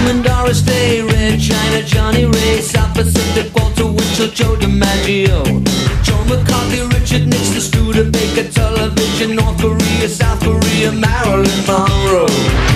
Newman, Doris Day, Red China, Johnny Ray, South Pacific, Walter Winchell, Joe DiMaggio, Joe McCarthy, Richard Nixon, Studebaker, Television, North Korea, South Korea, Marilyn Monroe.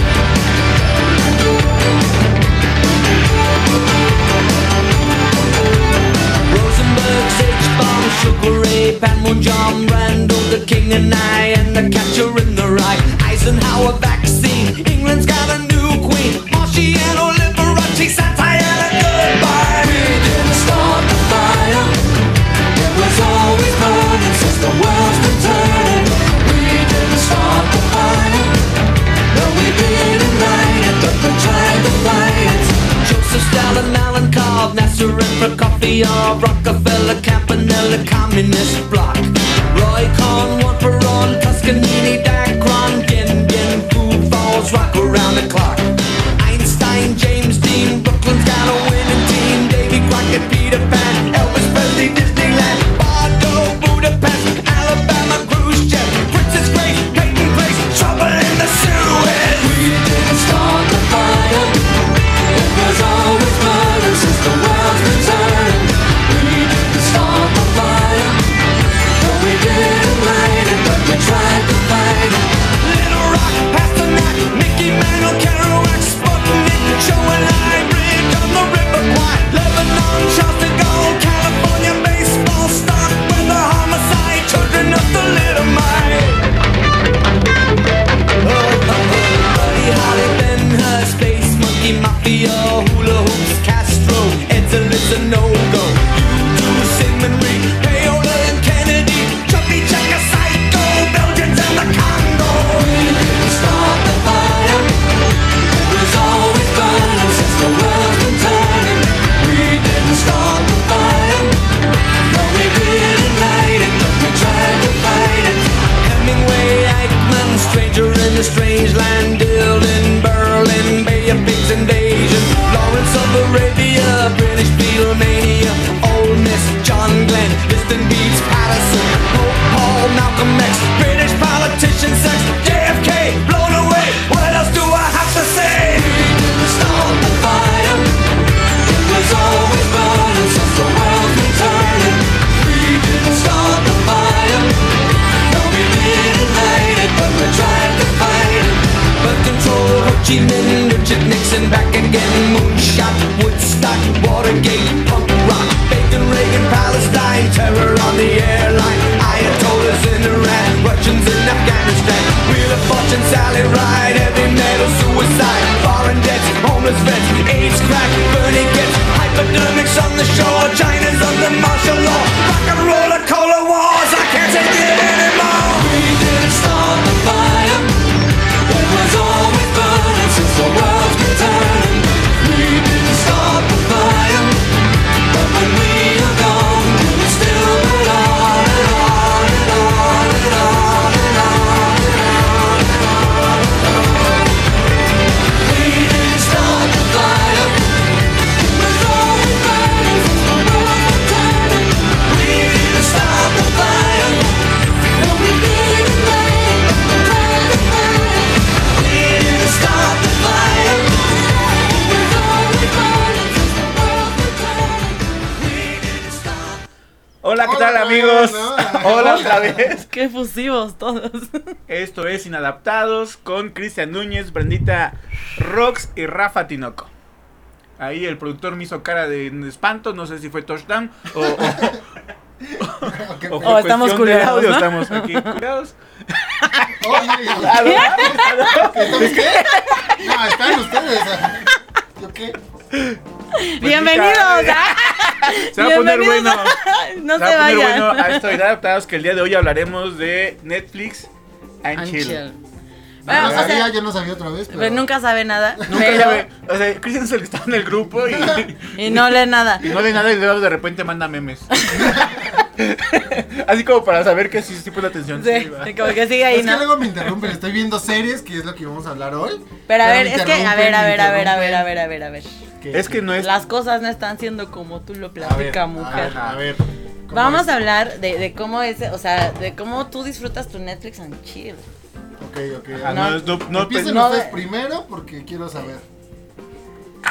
Rosenberg, H-Bomb, Sugar Ray, Panmure, John Randall, the King and I, and the Catcher in the Rye. Eisenhower vaccine, England's got a new queen. Marciano, Liberace, Santayana, goodbye. We didn't start the fire. It was always burning since the world's been turning. We didn't start the fire. No, we didn't light it, but we tried to fight it. Joseph Stalin, Alan Cobb, Nasser and Prokofiev, Rockefeller, Campanella, Communist Bloc. Roy Cohn, one for on, Toscanini, Dacron, Gin, Food Falls, rock around the clock. Einstein, James Dean, Brooklyn's got a winning team. Davy Crockett, Peter Pan, Elvis Presley, Disneyland, Bardo, Budapest, Alabama, Khrushchev, Princess Grace, Peyton Place, trouble in the Suez. We didn't start the fire. It was always burning since the world's been turning. We didn't start the fire. No, we didn't light it, but we tried to fight it. Little Rock, Pasternak, Mickey Mantle, Kerouac, Sputnik, Joe and I, Bridge on the River Kwai, Lebanon, Charles de Gaulle, California, baseball, stock, weather, homicide, children of the little mite. Buddy Holly, Ben Hur, Space Monkey, Mafia, Hula Hoops, Castro, Edsel, a no-go. U2, Sigmund Rhee, Paola and Kennedy, Chubby Checker, Psycho, Belgians and the Congo. We didn't start the fire. It was always burning since the world's been turning. We didn't start the fire. No, we didn't light it, but we tried to fight it. Hemingway, Eichmann, Stranger in a Strange Land, Dylan, Berlin, Bay of Pigs invasion, Lawrence of Arabia, British Beatlemania, Ole Miss, John Glenn, Liston Beats, Patterson, Pope Paul, Malcolm X, British politician, sex, JFK, blown away. What else do I have to say? We didn't start the fire. It was always burning since the world's been turning. We didn't start the fire. No, we didn't light it, but we tried to fight it. But control, Ho Chi Minh, Richard Nixon, back again, moonshot, Woodstock, Watergate, punk rock, Bacon, Reagan, Palestine, terror on the airline, Ayatollahs in Iran, Russians in Afghanistan, Wheel of Fortune, Sally Ride, heavy metal, suicide, foreign debts, homeless vets, AIDS, crack, Bernie gets, hypodermics on the shore, China's under martial law, rock and roll, cola wars, I can't take it anymore. We didn't start the fire. It was always burning since the world's been turning. We didn't start the fire, but when we are gone, we still burn on and on and on and on and on and on and on. We didn't start the fire. It was always burning since the world's been turning. We didn't start the fire. No, we didn't light it, but we tried to fight it. We didn't start the fire. It was always burning since the world's been turning. We didn't start. Hola, ¿qué tal, amigos? Hola otra vez. Qué efusivos todos. Esto es Inadaptados con Cristian Núñez, Brendita Rox y Rafa Tinoco. Ahí el productor me hizo cara de espanto, no sé si fue touchdown o fue estamos cuestión de culeados, audio, ¿no? estamos aquí culeados. ¿Qué? No, están ustedes. ¿Yo qué? Bienvenidos. Se va a poner bueno. No se va a poner vayan. bueno a esto Inadaptados, que el día de hoy hablaremos de Netflix and And Chill. chill. Bueno, Bueno, o sea, yo no sabía otra vez, pero nunca sabe nada. Nunca pero- sabe, o sea, Cristian es el que está en el grupo y no lee nada. y no lee nada y luego de repente manda memes. Así como para saber que sí pone atención. Sí, va. como que sigue ahí, Es que ¿no? luego me interrumpen, estoy viendo series, que es lo que vamos a hablar hoy. Pero a ver, me es que, a interrumpen, ver. Es que no es... Las cosas no están siendo como tú lo A ver, platicas, mujer. a ver. ¿Cómo Vamos es? a hablar de cómo es, o sea, de cómo tú disfrutas tu Netflix and chill. Ok. Ajá, No, no, Empiecen no, ustedes primero porque quiero saber.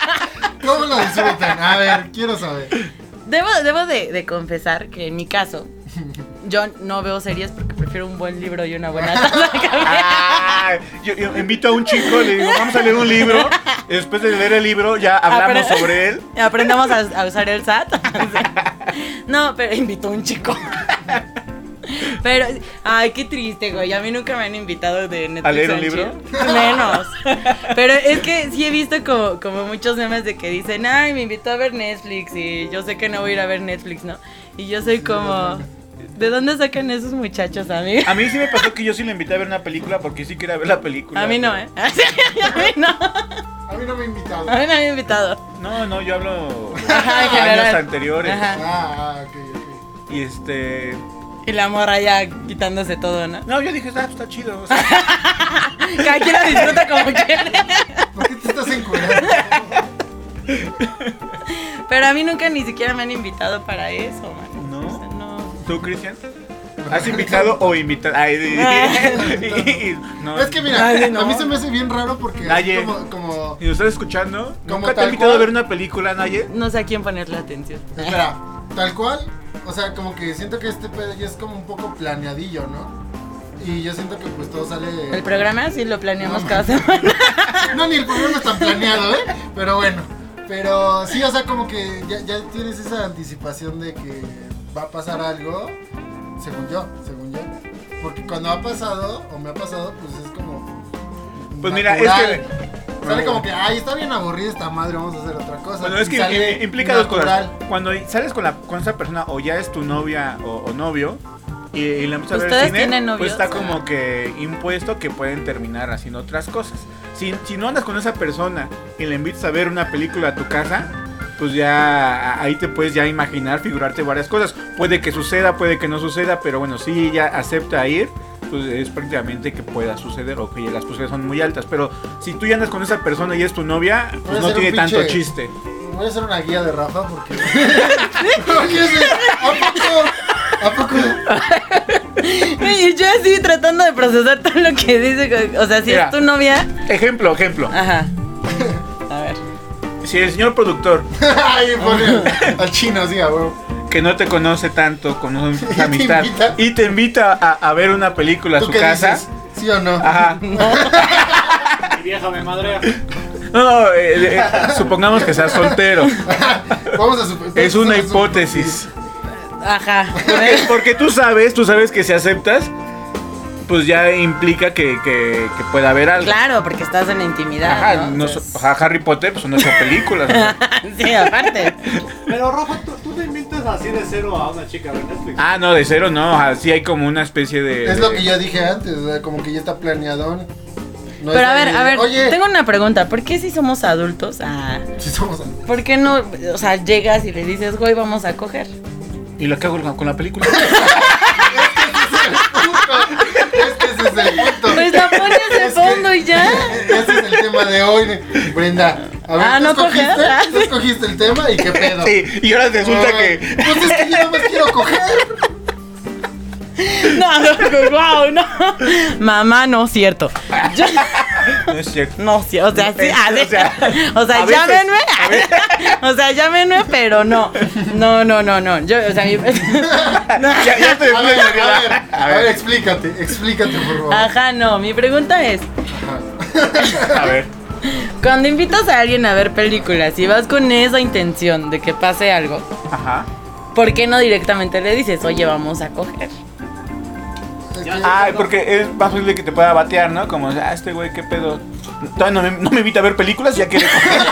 ¿Cómo lo disfrutan? A ver, quiero saber. Debo de confesar que en mi caso, yo no veo series porque prefiero un buen libro y una buena taza de café. Ah, yo invito a un chico, le digo, vamos a leer un libro. Y después de leer el libro, ya hablamos sobre él. Aprendamos a usar el SAT. No, pero invito a un chico. Pero, ay, qué triste, güey. A mí nunca me han invitado de Netflix. ¿A leer un libro? Menos. Pero es que sí he visto como muchos memes de que dicen, ay, me invitó a ver Netflix y yo sé que no voy a ir a ver Netflix, ¿no? Y yo soy como, ¿de dónde sacan esos muchachos, amigo? A mí sí me pasó que yo sí le invité a ver una película porque sí quería ver la película. A mí no, ¿eh? A mí no. A mí no me ha invitado. A mí no me han invitado. No, yo hablo Ajá, en general. años anteriores. Ajá. Ok. Y Y la morra ya quitándose todo, ¿no? no, yo dije, está chido. O sea, Cada quien lo disfruta como quiere. ¿Por qué te estás encuadrando? Pero a mí nunca ni siquiera me han invitado para eso, mano. ¿No? O sea, no. ¿Tú, Cristian? ¿Has invitado o invitado? No. Es que mira, Ay, no. a mí se me hace bien raro porque Naye. es como... ¿Y lo estás escuchando? Como ¿Nunca te he tal invitado a cual. ver una película, Naye? No sé a quién ponerle atención. Espera, tal cual. O sea, como que siento que este pedo ya es como un poco planeadillo, ¿no? Y yo siento que pues todo sale... El programa sí lo planeamos No, cada semana. No, ni el programa es tan planeado, ¿eh? Pero bueno. Pero sí, o sea, como que ya tienes esa anticipación de que va a pasar algo. Según yo. Porque cuando ha pasado, o me ha pasado, pues es como... Pues mira, natural. es que... Sale como que, ay, está bien aburrida esta madre, vamos a hacer otra cosa. Bueno, es Y que sale implica dos cosas. natural. Cuando sales con esa persona o ya es tu novia o novio y la empiezas a ver ¿Ustedes cine, tienen novios? pues está como que impuesto que pueden terminar haciendo otras cosas. Si no andas con esa persona y le invitas a ver una película a tu casa, pues ya ahí te puedes ya imaginar, figurarte varias cosas. Puede que suceda, puede que no suceda, pero bueno, si ella acepta ir, pues es prácticamente que pueda suceder o que las posibilidades son muy altas. Pero si tú ya andas con esa persona y es tu novia, Voy a pues no hacer un tiene tanto pinche- chiste. Voy a hacer una guía de Rafa porque... ¿A poco? Y yo así tratando de procesar todo lo que dice. O sea, si Mira. es tu novia. Ejemplo. Ajá. A ver. Si el señor productor Ay, pone al chino, sí, a huevo. que no te conoce tanto, conoce te amistad invita? y te invita a ver una película a ¿Tú su qué casa. dices? ¿Sí o no? Ajá. Mi vieja me madrea. No, supongamos que seas soltero. Vamos a suponer. Es una hipótesis. Ajá. Porque tú sabes que si aceptas, pues ya implica que pueda haber algo. Claro, porque estás en la intimidad. Ajá, ¿no? no Entonces- Harry Potter pues son 8 películas. ¿No? Sí, aparte. Pero Rafa, tú te invitas así de cero a una chica de Netflix. Ah, no, de cero no, así hay como una especie de... Es lo que yo dije antes, o sea, como que ya está planeadón. No Pero es a ver, oye, tengo una pregunta. ¿Por qué si somos adultos? si somos ¿Por qué no? O sea, llegas y le dices, güey, vamos a coger. ¿Y lo que hago con la película? Es que ese es el punto. Pues la pones de Es que fondo y ya. Ese es el tema de hoy. Brenda, a ver, ¿tú ¿no coger? ¿tú escogiste el tema y qué pedo? Sí, y ahora resulta Ay, que... Pues es que yo nada más quiero coger. No, wow, no. Mamá, no es cierto. Yo- No es cierto. no, sí, o sea, sí. O sea, a veces, llámenme. a veces. O sea, llámenme, pero no. No. Yo, o sea, Ya te A ver, explícate, por favor. Ajá, no. Mi pregunta es: A ver. cuando invitas a alguien a ver películas y vas con esa intención de que pase algo, Ajá. ¿por qué no directamente le dices, oye, vamos a coger? Es que- Ay, porque es más posible que te pueda batear, ¿no? Como, este güey, qué pedo. Todavía no me invita a ver películas, ya quiere coger.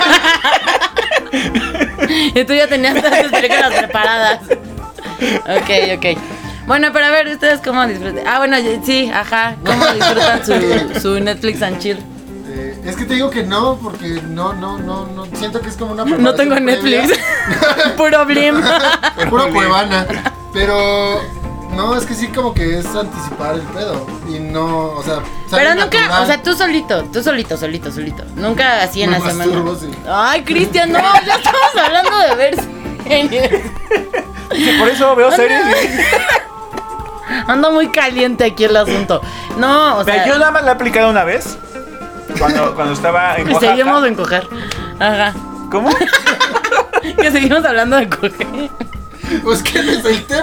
Y tú ya tenías todas tus películas preparadas. Ok. Bueno, pero a ver, ¿ustedes cómo disfrutan? Ah, bueno, sí, ajá. ¿Cómo disfrutan su Netflix and chill? Es que te digo que no, porque no, siento que es como una No tengo preparación previa. Netflix. Puro blim. Puro Cuevana. Pero no, es que sí como que es anticipar el pedo. Y no, o sea, sale Pero nunca, natural. o sea, tú solito. Nunca así en Me la masturbo, semana. sí. Ay, Cristian, no, ya estamos hablando de ver series. Sí, por eso veo series. Anda muy caliente aquí el asunto. No, o sea, Mira, yo nada más la he aplicado una vez. Cuando estaba en Oaxaca. seguimos en coger. Ajá. ¿Cómo? Que seguimos hablando de coger. Pues, ¿qué es el tema?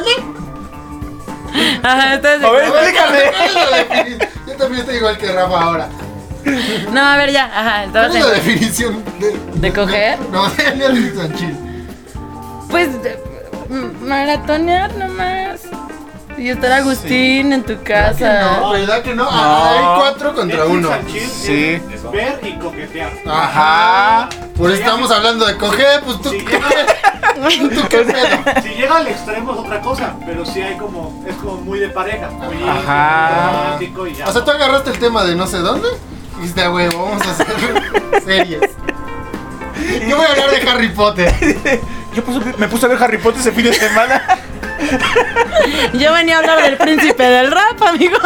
Ajá, entonces. A ver, explícame. Yo también estoy igual que Rafa ahora. No, a ver, ya. Ajá, ¿Cuál entonces. es la definición ¿De coger? No, de Netflix and chill. Pues maratonear nomás. Y estar Agustín en tu casa. No, ¿verdad que no? No. Hay 4 contra Netflix 1. and chill Sí. es ver y coquetear. Ajá. Por eso estamos hablando de coger, pues tú Si qué. llega, ¿Tú qué pedo? si llega al extremo es otra cosa, pero sí hay como, es como muy de pareja, muy Ajá. romántico y ya. O sea, tú agarraste el tema de no sé dónde y dijiste, "A huevo, vamos a hacer series". Yo voy a hablar de Harry Potter. Me puse a ver Harry Potter ese fin de semana. Yo venía a hablar del príncipe del rap, amigo.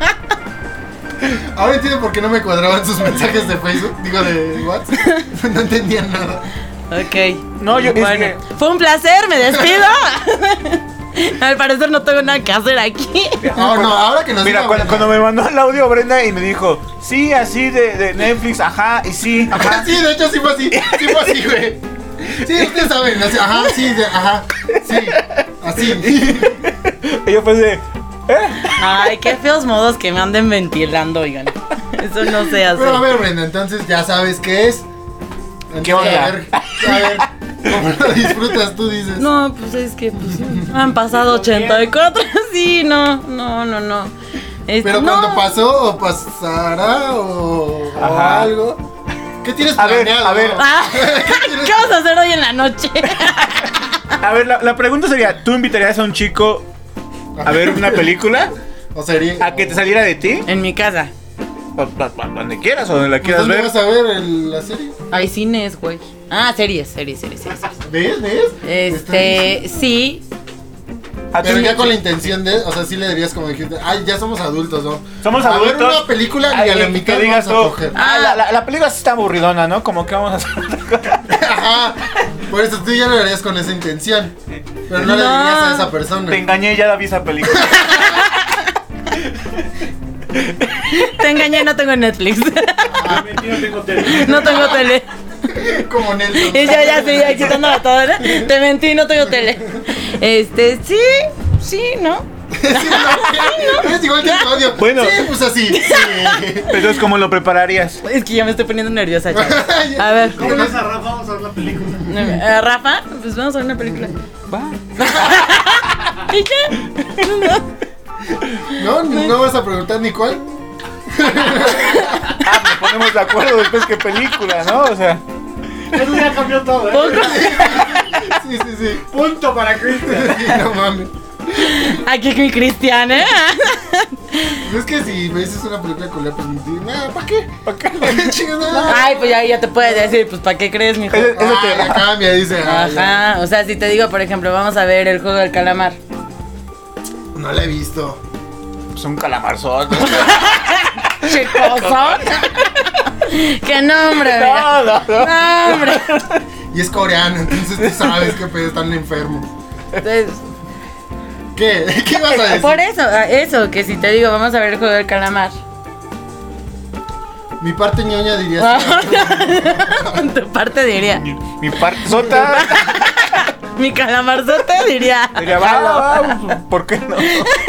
Ahora entiendo por qué no me cuadraban sus mensajes de Facebook, digo de WhatsApp. No entendían nada. Ok. No, yo Bueno, fue un placer, me despido. Al parecer no tengo nada que hacer aquí. No, no, ahora que nos Mira, diga cuando me mandó el audio Brenda y me dijo, sí, así de Netflix, ajá, y sí, ajá. Sí, de hecho sí fue así, güey. Sí, ustedes saben, así, ajá, sí, ajá, sí, así. Y yo pues de, Ay, qué feos modos que me anden ventilando, oigan. Eso no se hace. Pero a ver, Brenda, entonces ya sabes qué es. Entonces, ¿Qué onda? A ver, ¿cómo lo disfrutas tú, dices? No, pues es que pues, han pasado 84. Sí, no. Pero no. cuando pasó o pasará o Ajá. algo. ¿Qué tienes A ver, planeado? a ver. Ah, ¿qué vamos a hacer hoy en la noche? a ver, la pregunta sería, ¿tú invitarías a un chico a ver una película? O sería. ¿A que te saliera de ti? En mi casa. Donde quieras o donde la quieras ¿Dónde ver. vas a ver la serie? Hay cines, güey. Ah, series. ¿Ves? Sí. ¿A Pero ti? ya con la intención de, o sea, sí le dirías como dijiste, ay, ya somos adultos, ¿no? Somos A ver adultos. una película y Ay, a la que mitad digas vamos a tú, coger. la película sí está aburridona, ¿no? Como que vamos a hacer otra cosa. Ajá. Por eso tú ya lo harías con esa intención. Pero no le No. dirías a esa persona. Te engañé, ya la vi esa película. Te engañé, no tengo Netflix. Ah, mentira, tengo tele. No tengo tele. Como Nelson. Y yo ya estoy quitándolo todo, ¿no? Te mentí, no tengo tele. Sí, ¿no? Sí, no, es igual que el odio. Bueno. Sí, pues así. Sí. Entonces, ¿cómo lo prepararías? Es que ya me estoy poniendo nerviosa, chavos. A ver, ¿Cómo ves a Rafa? Vamos a ver la película. Rafa, pues vamos a ver una película. Va. ¿Y qué? No vas a preguntar ni cuál. Nos ponemos de acuerdo después qué película, ¿no? O sea, Eso ya cambió todo, ¿eh? Poco. Sí. Punto para Cristian. Sí, no mames. Aquí es mi Cristian, ¿eh? Es que si me dices una película con la permitir, ¿para qué? ¿para qué? Chingada. Ay, pues ya te puedes decir, pues ¿para qué crees, mijo? Eso te- Ya cambia, dice. Ajá, o sea, si te digo, por ejemplo, vamos a ver el juego del calamar. No la he visto. Es un calamarzote. Chicoso. ¡Qué nombre, mira! No. ¡Nombre! Y es coreano, entonces tú sabes que pedo están enfermo. Entonces, ¿Qué? ¿Qué vas a decir? por eso, que si te digo, vamos a ver el juego del calamar. Mi parte ñoña diría Tu parte diría. Mi parte sota. Mi calamarzote diría. Diría, va, ¿por qué no?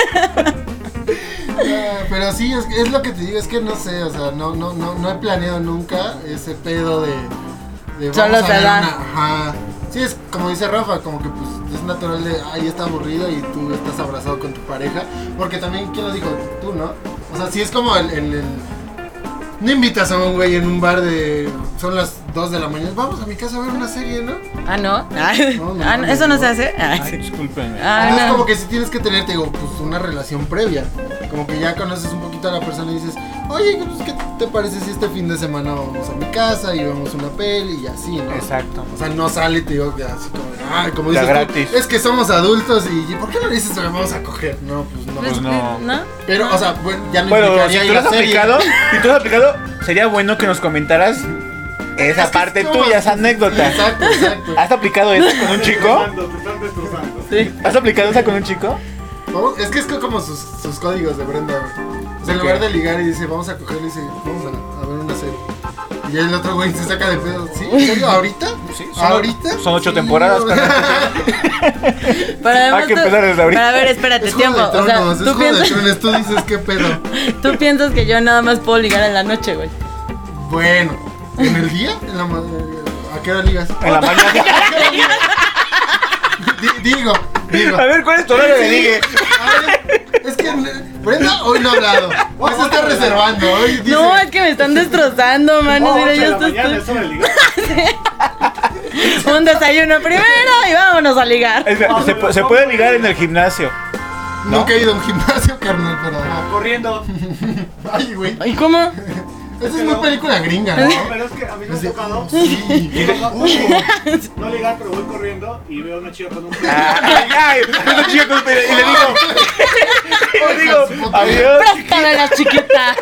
pero sí, es lo que te digo, es que no sé, o sea, no he planeado nunca ese pedo de Solo vamos a se ver da. ajá. Sí, es como dice Rafa, como que pues es natural de, ahí está aburrido y tú estás abrazado con tu pareja, porque también, ¿quién lo dijo? Tú, ¿no? O sea, sí es como el no invitas a un güey en un bar de, son las 2 de la mañana, vamos a mi casa a ver una serie, ¿no? Ah, no. No, Eso no no. se hace. Ay, discúlpenme. Entonces No. como que sí tienes que tener, te digo, pues una relación previa. Como que ya conoces un poquito a la persona y dices, oye, pues, ¿qué te parece si este fin de semana vamos a mi casa y vemos una peli y así, ¿no? Exacto. O sea, no sale, te digo, que así como, ay, como Ya dices tú, gratis. es que somos adultos y ¿por qué no le dices vamos a coger? No, pues no. Pues no. ¿No? Pero, o sea, bueno, ya no Bueno, implicaría si ir tú lo a has serie. aplicado, sería bueno que nos comentaras esa Es que parte es como- tuya, esa anécdota. Exacto. ¿Has aplicado eso con un chico? Te están destrozando. Sí. ¿Has aplicado esa con un chico? Vamos, es que es como sus códigos de Brenda, güey. O sea, en Ok. lugar de ligar y dice, vamos a coger, le dice, vamos a ver una serie. Y Y el otro güey se saca de pedo. ¿Sí? ¿En serio? ¿Ahorita? Sí, ¿Ahorita? son 8 Sí. temporadas. Pero además Hay que empezar desde ahorita. Pero a ver, espérate, Es Juego tiempo. de O sea, Tronos, es tú Juego de piensas, Tronos, tú dices qué pedo. tú piensas que yo nada más puedo ligar en la noche, güey. Bueno, ¿en el día? ¿A qué hora ligas? En la mañana. Digo. A ver, ¿cuál es tu horario de ligue? A ver, es que Brenda hoy no ha hablado. Hoy se está reservando. Hoy dice, No, es que me están destrozando, mano. Mira, yo estoy un desayuno primero y vámonos a ligar. Se puede ligar en el gimnasio. nunca he ido a un gimnasio, carnal, pero. Corriendo. Ay, güey. ¿Y cómo? Esa es muy película gringa, ¿no? No, pero es que a mí me ha tocado. Sí. No ligar, pero voy corriendo y veo a una chica con un Ay, una chica con y le digo, adiós. Préstame la chiquita.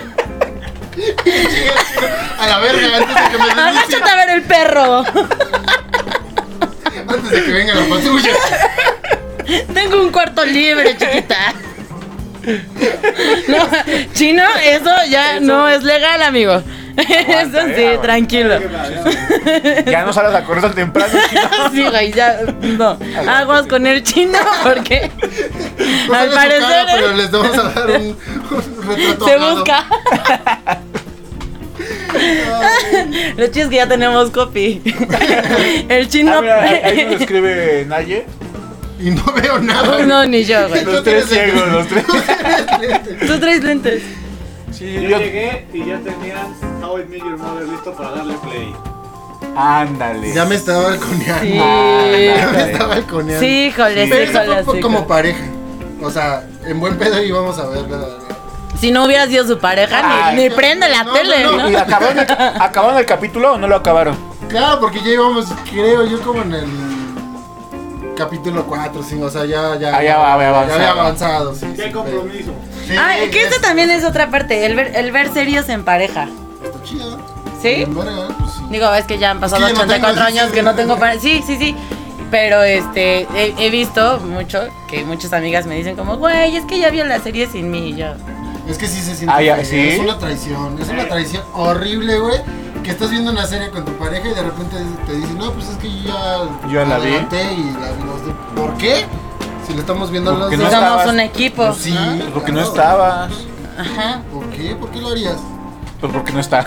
A la verga, antes de que me denuncie. Agáchate a ver el perro. Antes de que venga la patrulla. Tengo un cuarto libre, chiquita. No, chino, eso ya no es legal, amigo. Eso sí, tranquilo. Ya no sales a correr tan temprano. Sí, güey, ya no. Aguas con el chino porque No al sale su cara, parecer pero les vamos a dar un retrato. se hablado. busca. Lo chido es que ya tenemos copy. El chino. Ah, mira, ahí nos escribe Naye. Y no veo nada. No, ni yo, güey. Los tres ciegos, los tres. Tú traes lentes. Sí, Yo yo. llegué y ya tenían How I Met Your Mother listo para darle play. Ándale. Ya me estaba balconeando. Sí. Ya me estaba balconeando. Sí, híjole, Pero sí, eso híjole, fue sí, como híjole. pareja. O sea, en buen pedo íbamos a ver Si no hubiera sido su pareja, Ay, ni prende la no, tele, no, ¿no? ¿Y acabaron el capítulo o no lo acabaron? Claro, porque ya íbamos, creo yo, como en el capítulo 4, 5, o sea, ya Ah, ya había avanzado. había avanzado, sí. ¿Qué sí, compromiso? sí, Ah, que esto es- también es otra parte, el ver series en pareja. Está chido. ¿Sí? Bien verga, pues sí. Digo, es que ya han pasado Es que yo no 84 tengo, años sí, que sí. no tengo pareja. Sí, sí, sí. Pero he visto mucho que muchas amigas me dicen como, güey, es que ya vio la serie sin mí. Y yo, Es que sí se siente. Ah, ya, feo, ¿sí? Es una traición horrible, güey. Que estás viendo una serie con tu pareja y de repente te dicen, no, pues es que yo Yo la vi. adelanté y la vi los dos. ¿Por qué? Si le estamos viendo los Porque dos. no somos estabas- un equipo. Pues sí. ¿no? Porque no claro. estabas. Ajá. ¿Por qué? ¿Por qué lo harías? Pues porque no está.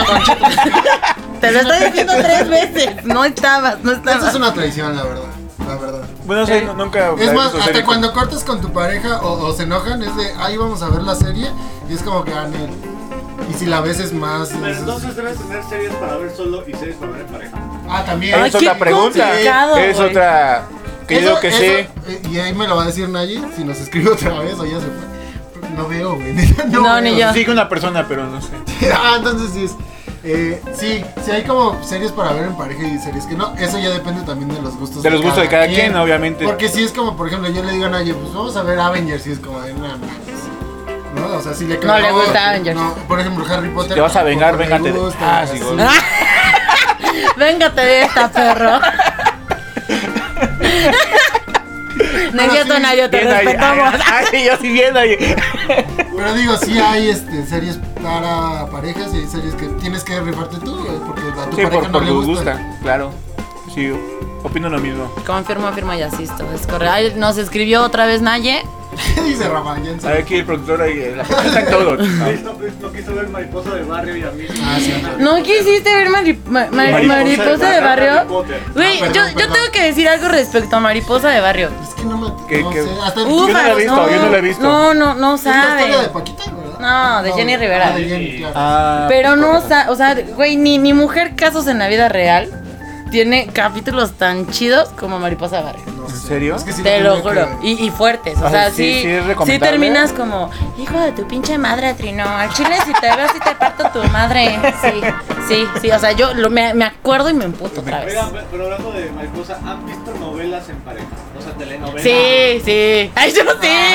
Te lo estoy diciendo 3 veces. No estabas. Eso es una traición, la verdad. La verdad. Bueno, sí, nunca. Es he más, visto hasta serie cuando cortas con tu pareja o se enojan, es de, ahí vamos a ver la serie y es como que Anel. Y si la ves es más. Pero entonces debes tener series para ver solo y series para ver en pareja. Ah, también. Ay, Es otra qué pregunta. complicado, Es güey. otra. Que yo digo que sí. Y ahí me lo va a decir Nayi, si nos escribe otra vez o ya se fue. No veo, güey. No, ni yo. Sigue una persona, pero no sé. Ah, entonces sí es. Sí hay como series para ver en pareja y series que no. Eso ya depende también de los gustos. De los gustos de cada quien, obviamente. Porque si es como, por ejemplo, yo le digo a Nayi, pues vamos a ver Avengers y es como de nada más. ¿No? O sea, si le No le gusta Avengers. No, por ejemplo, Harry Potter. Si te vas a vengar, tampoco le véngate de- gusta, Ah, sí, así. gol. Véngate de esta, perro. No es cierto, sí, Nayo, te Bien ahí. respetamos. Ay, yo sí bien ahí. Pero digo, sí hay series para parejas y hay series que tienes que rifarte tú, güey, porque a tu Sí, pareja por no le tu gusta. gusta, claro. Sí, opino lo mismo. Confirmo y asisto. Es correcto. Ay, nos escribió otra vez Naye. ¿Qué dice Rafa? Ya en A ver, aquí el productor ahí, la está en todo. No quiso ver Mariposa de Barrio y a mí. Ah, sí. ¿No quisiste ver Mariposa de Barrio? Harry Potter. Güey, Ah, perdón, yo perdón. tengo que decir algo respecto a Mariposa de Barrio. Es que no me. ¿Qué- no qué? sé. Hasta no la he visto, yo no la he visto. No Es la historia de sabe. Paquita, ¿verdad? No, de Jenny Rivera. Ah, de Jenny, claro. Ah, Pero no sabe, o sea, güey, ni Mujer Casos en la Vida Real tiene capítulos tan chidos como Mariposa de Barrio. No ¿En sé. serio? Es que sí Te lo lo tendría juro. que- Y fuertes. O Ah, sea, sí, sí. sí es Sí recomendable. terminas como, hijo de tu pinche madre, Trino. Al chile, si te veo, si te parto tu madre. Sí. O sea, yo me acuerdo y me emputo otra vez. Oigan, pero hablando de Mariposa, ¿han visto novelas en pareja? O sea, telenovelas. Sí. Ay, yo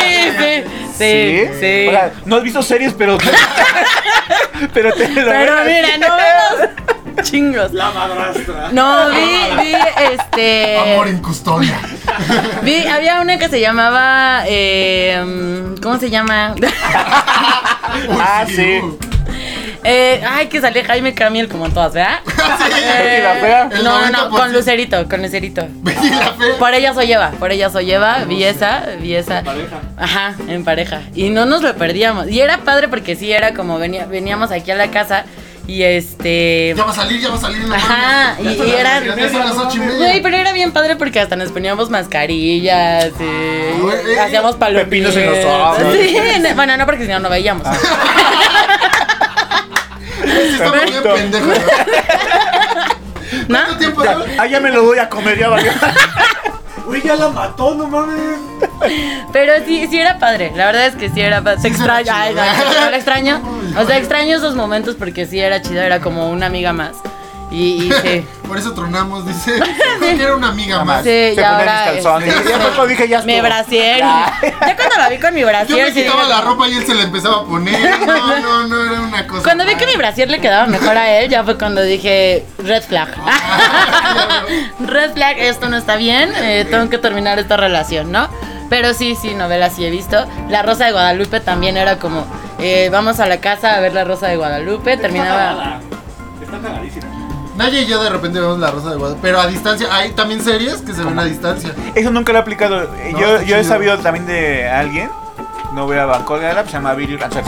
sí. O sea, no has visto series, pero. pero te lo Pero mira, no vemos chingos. La madrastra. No, vi Amor en custodia. había una que se llamaba, ¿cómo se llama? Ah, sí. Ay, que salía Jaime Camil como en todas, ¿verdad? Betty la Fea. El No, 90%. con Lucerito, con Lucerito. Betty la Fea. Por ella soy Eva, vi esa. Pareja. Ajá, en pareja. Y no nos lo perdíamos. Y era padre porque sí, era como veníamos aquí a la casa y Ya va a salir en la Ajá, mano. y eran... Ya son las 8:30. Güey, pero era bien padre porque hasta nos poníamos mascarillas, güey, hacíamos palomitas. pepinos en los ojos. Sí, bueno, no porque si no, no veíamos. Sí, estamos bien Perfecto. pendejos. ¿No? ¿Cuánto tiempo? Ya me lo voy a comer, ya valió. Uy, ya la mató, no mames. Pero sí era padre. La verdad es que sí era padre. Se Sí, suena extraña. Ay, chido. no, lo extraño. O sea, extraño esos momentos porque sí era chido. Era como una amiga más. Y sí. Por eso tronamos, dice. Creo que era una amiga más. Sí, Se ya ponen ahora. mis calzones. Ya poco dije, ya Mi estuvo. brasier. Ya. Ya cuando la vi con mi Yo brasier. me sí quitaba dije, la ropa y él se la empezaba a poner. No, era una cosa. Cuando vi que mi brasier le quedaba mejor a él, ya fue cuando dije, red flag. Red flag, esto no está bien, tengo que terminar esta relación, ¿no? Pero sí, novelas sí he visto. La Rosa de Guadalupe también era como, vamos a la casa a ver La Rosa de Guadalupe, terminaba... Está cagadísima. Naya y yo de repente vemos La Rosa de Guadalupe, pero a distancia. Hay también series que se ven a distancia. Eso nunca lo he aplicado. No, Yo está he chido. sabido también de alguien, no voy a colgarla, se llama Billy Rancher,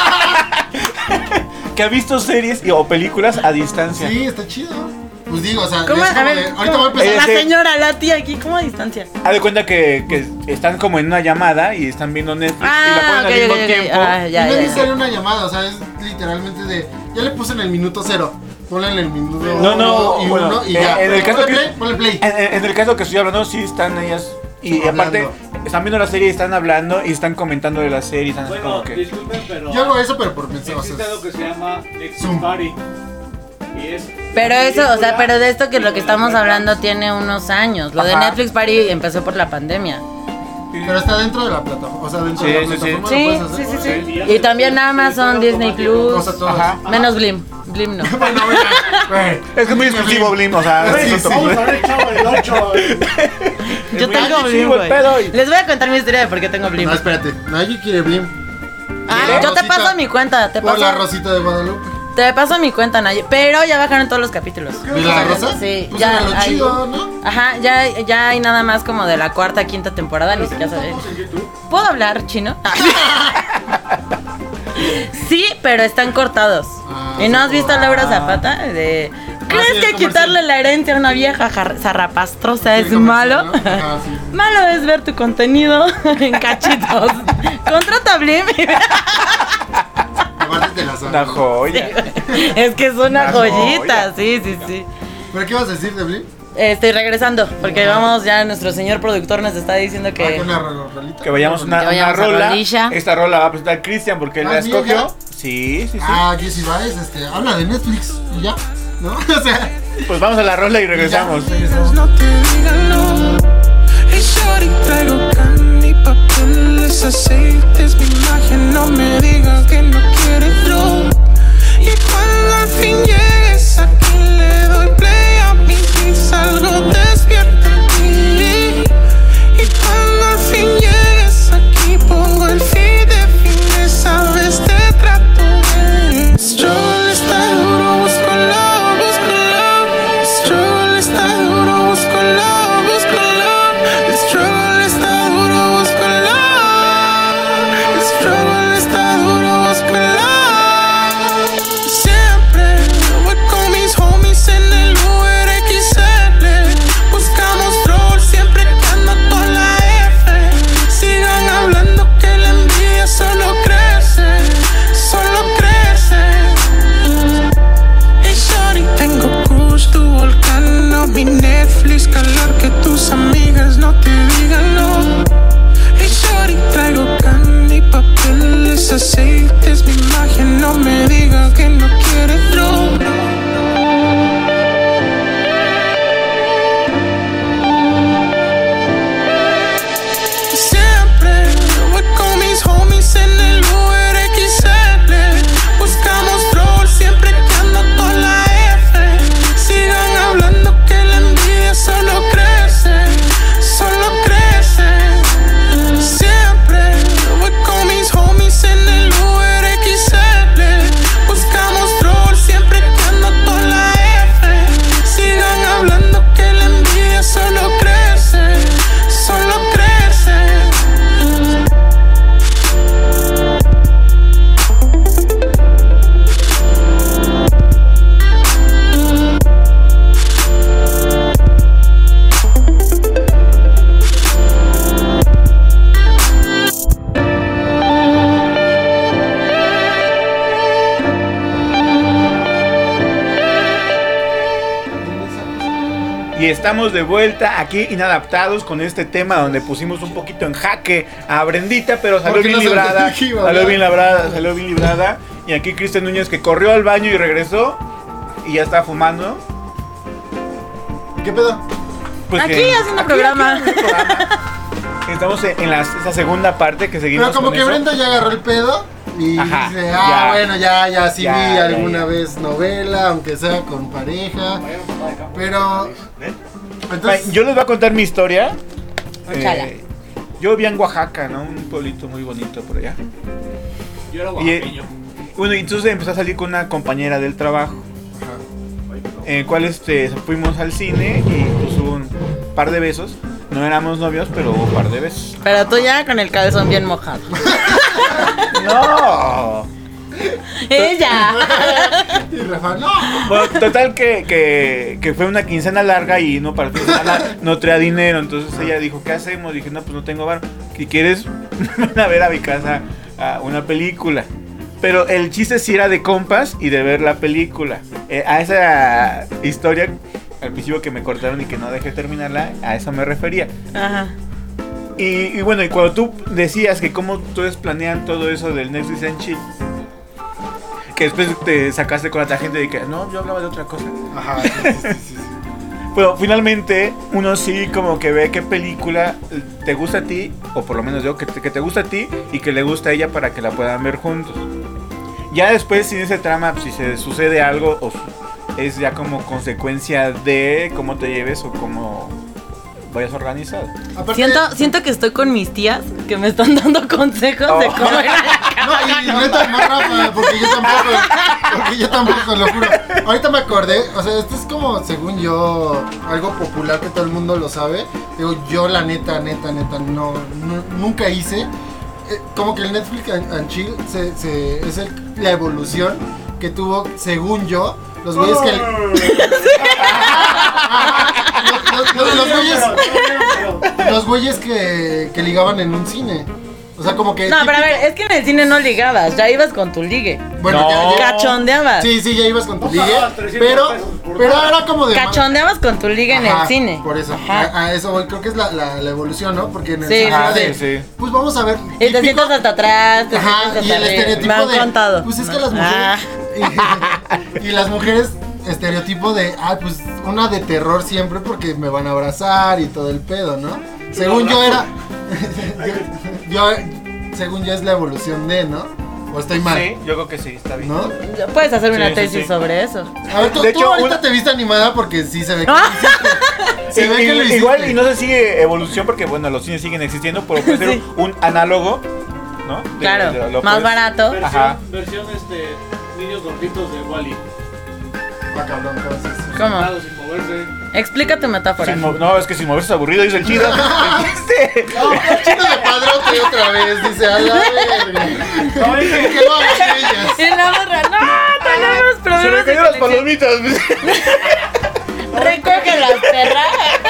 que ha visto series o películas a distancia. Sí, está chido. Pues digo, o sea, ¿Cómo? es como A ver, de- ahorita voy a empezar. la Sí. señora, la tía aquí, ¿cómo a distancia? Haz de cuenta que están como en una llamada y están viendo Netflix y la Ah, ponen ok, al mismo ok, tiempo. ah, Y ya, no es ya. necesario una llamada, o sea, es literalmente de. Ya le puse en el minuto 0. Ponle en el minuto No, y bueno, uno y ya. en el caso Ponle que- play, ponle play. En el caso que estoy hablando, sí están ellas. Y Hablando. aparte, están viendo la serie y están hablando y están comentando de la serie. Y están así Bueno, como que. disculpen, pero Yo hago eso, pero por mensaje. existe algo que se llama Exit Zoom. Party. Y es Pero eso, o sea, pero de esto que lo que estamos Con hablando tiene unos años. Lo de Ajá. Netflix Party empezó por la pandemia. Pero está dentro de la plataforma. O sea, dentro Sí, de la sí, sí. plataforma Sí, lo puedes sí, hacer. sí, sí. Y también Amazon, Disney O Plus. sea, todo. Ajá. Menos Blim. Blim no. Bueno, güey. Es que es muy exclusivo, Blim. O sea, Sí, eso sí. Vamos a ver el Chavo del 8. Yo muy tengo agresivo Blim, el güey. pedo y- Les voy a contar mi historia de por qué tengo Blim. No, espérate. Nadie quiere Blim. Ah, La yo te Rosita- paso mi cuenta, te Por la paso. Rosita de Guadalupe. Te paso mi cuenta, Naye. Pero ya bajaron todos los capítulos. ¿De la Rosa? Sí, Pues ya era lo hay- chido, ¿no? Ajá, ya hay nada más como de la cuarta, quinta temporada, ni siquiera sé. Estamos en YouTube. ¿Puedo hablar chino? Sí, pero están cortados. Ah, ¿Y no has sí. visto a Laura Zapata? De... ¿Crees sí, el que comercial. quitarle la herencia a una vieja zarrapastrosa es Sí, comercial, malo? ¿no? Ajá, sí. Malo es ver tu contenido en cachitos. Contrata a Blim. Aparte de la Una sala. joya. Es que es una Una joyita, joya. sí. ¿Pero qué vas a decir de Blim? Estoy regresando, porque vamos, ya nuestro señor productor nos está diciendo Ah, que... con una rolita. Que vayamos a una, Que vayamos una a rola. rolilla. Esta rola va a presentar Cristian porque él Ah, la ¿sí, escogió. ya? Sí, sí, sí. Ah, Jessy Baez, habla de Netflix y ya, ¿no? O sea, Pues vamos a la rola y regresamos. No te digan no. Hey shorty, traigo candy, papeles, aceites, mi imagen. No me digas que no quieres no. Y cuando al fin llegues aquí le doy play a mi beat, salgo despierto en ti. Y cuando al fin llegues aquí pongo el feed de fin, sabes te trato bien. Stroll está duro, busco love, busco love. Stroll está duro, busco love, busco love. El struggle está duro, busco love. El struggle está duro, busco love. Siempre voy Y estamos de vuelta aquí inadaptados con este tema donde pusimos un poquito en jaque a Brendita, pero salió Porque bien no sabía librada. que iba a Salió hablar. bien librada, salió bien librada. Y aquí Cristian Núñez que corrió al baño y regresó y ya está fumando. ¿Qué pedo? Pues Aquí que- haciendo programa. haciendo programa. Estamos en esa segunda parte que seguimos Pero como con que eso. Brenda ya agarró el pedo y Ajá, dice, ya. bueno, ya sí Ya, vi ya, alguna ya. vez novela, aunque sea con pareja. Pero, entonces, Yo les voy a contar mi historia. Échala. Yo vivía en Oaxaca, ¿no? Un pueblito muy bonito por allá. Yo era Y, oaxaqueño. bueno, y entonces empecé a salir con una compañera del trabajo. En el cual fuimos al cine y pues hubo un par de besos. No éramos novios, pero hubo un par de besos. Pero tú ya con el calzón bien mojado. ¡No! Ella. y Rafa, no. Bueno, total que fue una quincena larga y no para el fin de semana no traía dinero. Entonces ella dijo, ¿qué hacemos? Dije, no, pues no tengo varo. Si quieres, ven a ver a mi casa a una película. Pero el chiste sí era de compas y de ver la película. A esa historia, al principio que me cortaron y que no dejé terminarla, a eso me refería. Ajá. Y bueno, y cuando tú decías que cómo ustedes planean todo eso del Netflix and Chill, que después te sacaste con la tangente de que no, yo hablaba de otra cosa. Ajá, sí. Pero finalmente uno sí como que ve qué película te gusta a ti, o por lo menos yo, que te gusta a ti y que le gusta a ella para que la puedan ver juntos. Ya después, sin ese trama, si se sucede algo, es ya como consecuencia de cómo te lleves o cómo vayas organizado. Aparte, Siento que estoy con mis tías que me están dando consejos de cómo ir a la no, y neta, no, Rafa, porque yo tampoco, lo juro. Ahorita me acordé, o sea, esto es como, según yo, algo popular que todo el mundo lo sabe. Digo, yo la neta, nunca hice. Como que el Netflix and Chill es la evolución que tuvo, según yo, los güeyes que... los güeyes que ligaban en un cine. O sea, como que... No, pero a ver, es que en el cine no ligabas, ya ibas con tu ligue. Bueno, No. Cachondeabas. Sí, ya ibas con tu ligue, Pagabas 300 pero pesos por era como de... Cachondeabas con tu ligue en Ajá, el cine. Por eso, Ajá. a eso voy, creo que es la evolución, ¿no? Porque en el Sí, cine era sí, de, sí. pues vamos a ver. Y te típico- sientas hasta atrás, te Ajá, sientas y hasta el arriba. estereotipo Me han de, contado. pues es que las Ah. mujeres y las mujeres estereotipo de, pues una de terror siempre porque me van a abrazar y todo el pedo, ¿no? Según yo era según yo es la evolución de, ¿no? O estoy mal, Sí, yo creo que sí, está bien. ¿no? Puedes hacer una Sí, tesis sí. sobre eso. A ver, tú De hecho, ahorita una- te viste animada porque sí se ve que lo Ah. hiciste. Se ve que lo hiciste. Igual y no se sigue evolución porque bueno, los cines siguen existiendo, pero puede ser Sí. un análogo, ¿no? Claro, lo más puedes- barato. Ajá. Versión niños gorditos de Wally. Ah, cabrón, entonces. ¿Cómo? Sentados sin moverse. Explica tu metáfora. No, es que sin moverse es aburrido, dice el chido. No, chino de padrote otra vez, dice, a la verga. No, es que- Que lo hagan ellas. Y la morra, no, tenemos Se problemas me de cayeron las conexión. palomitas. Recoge las perras.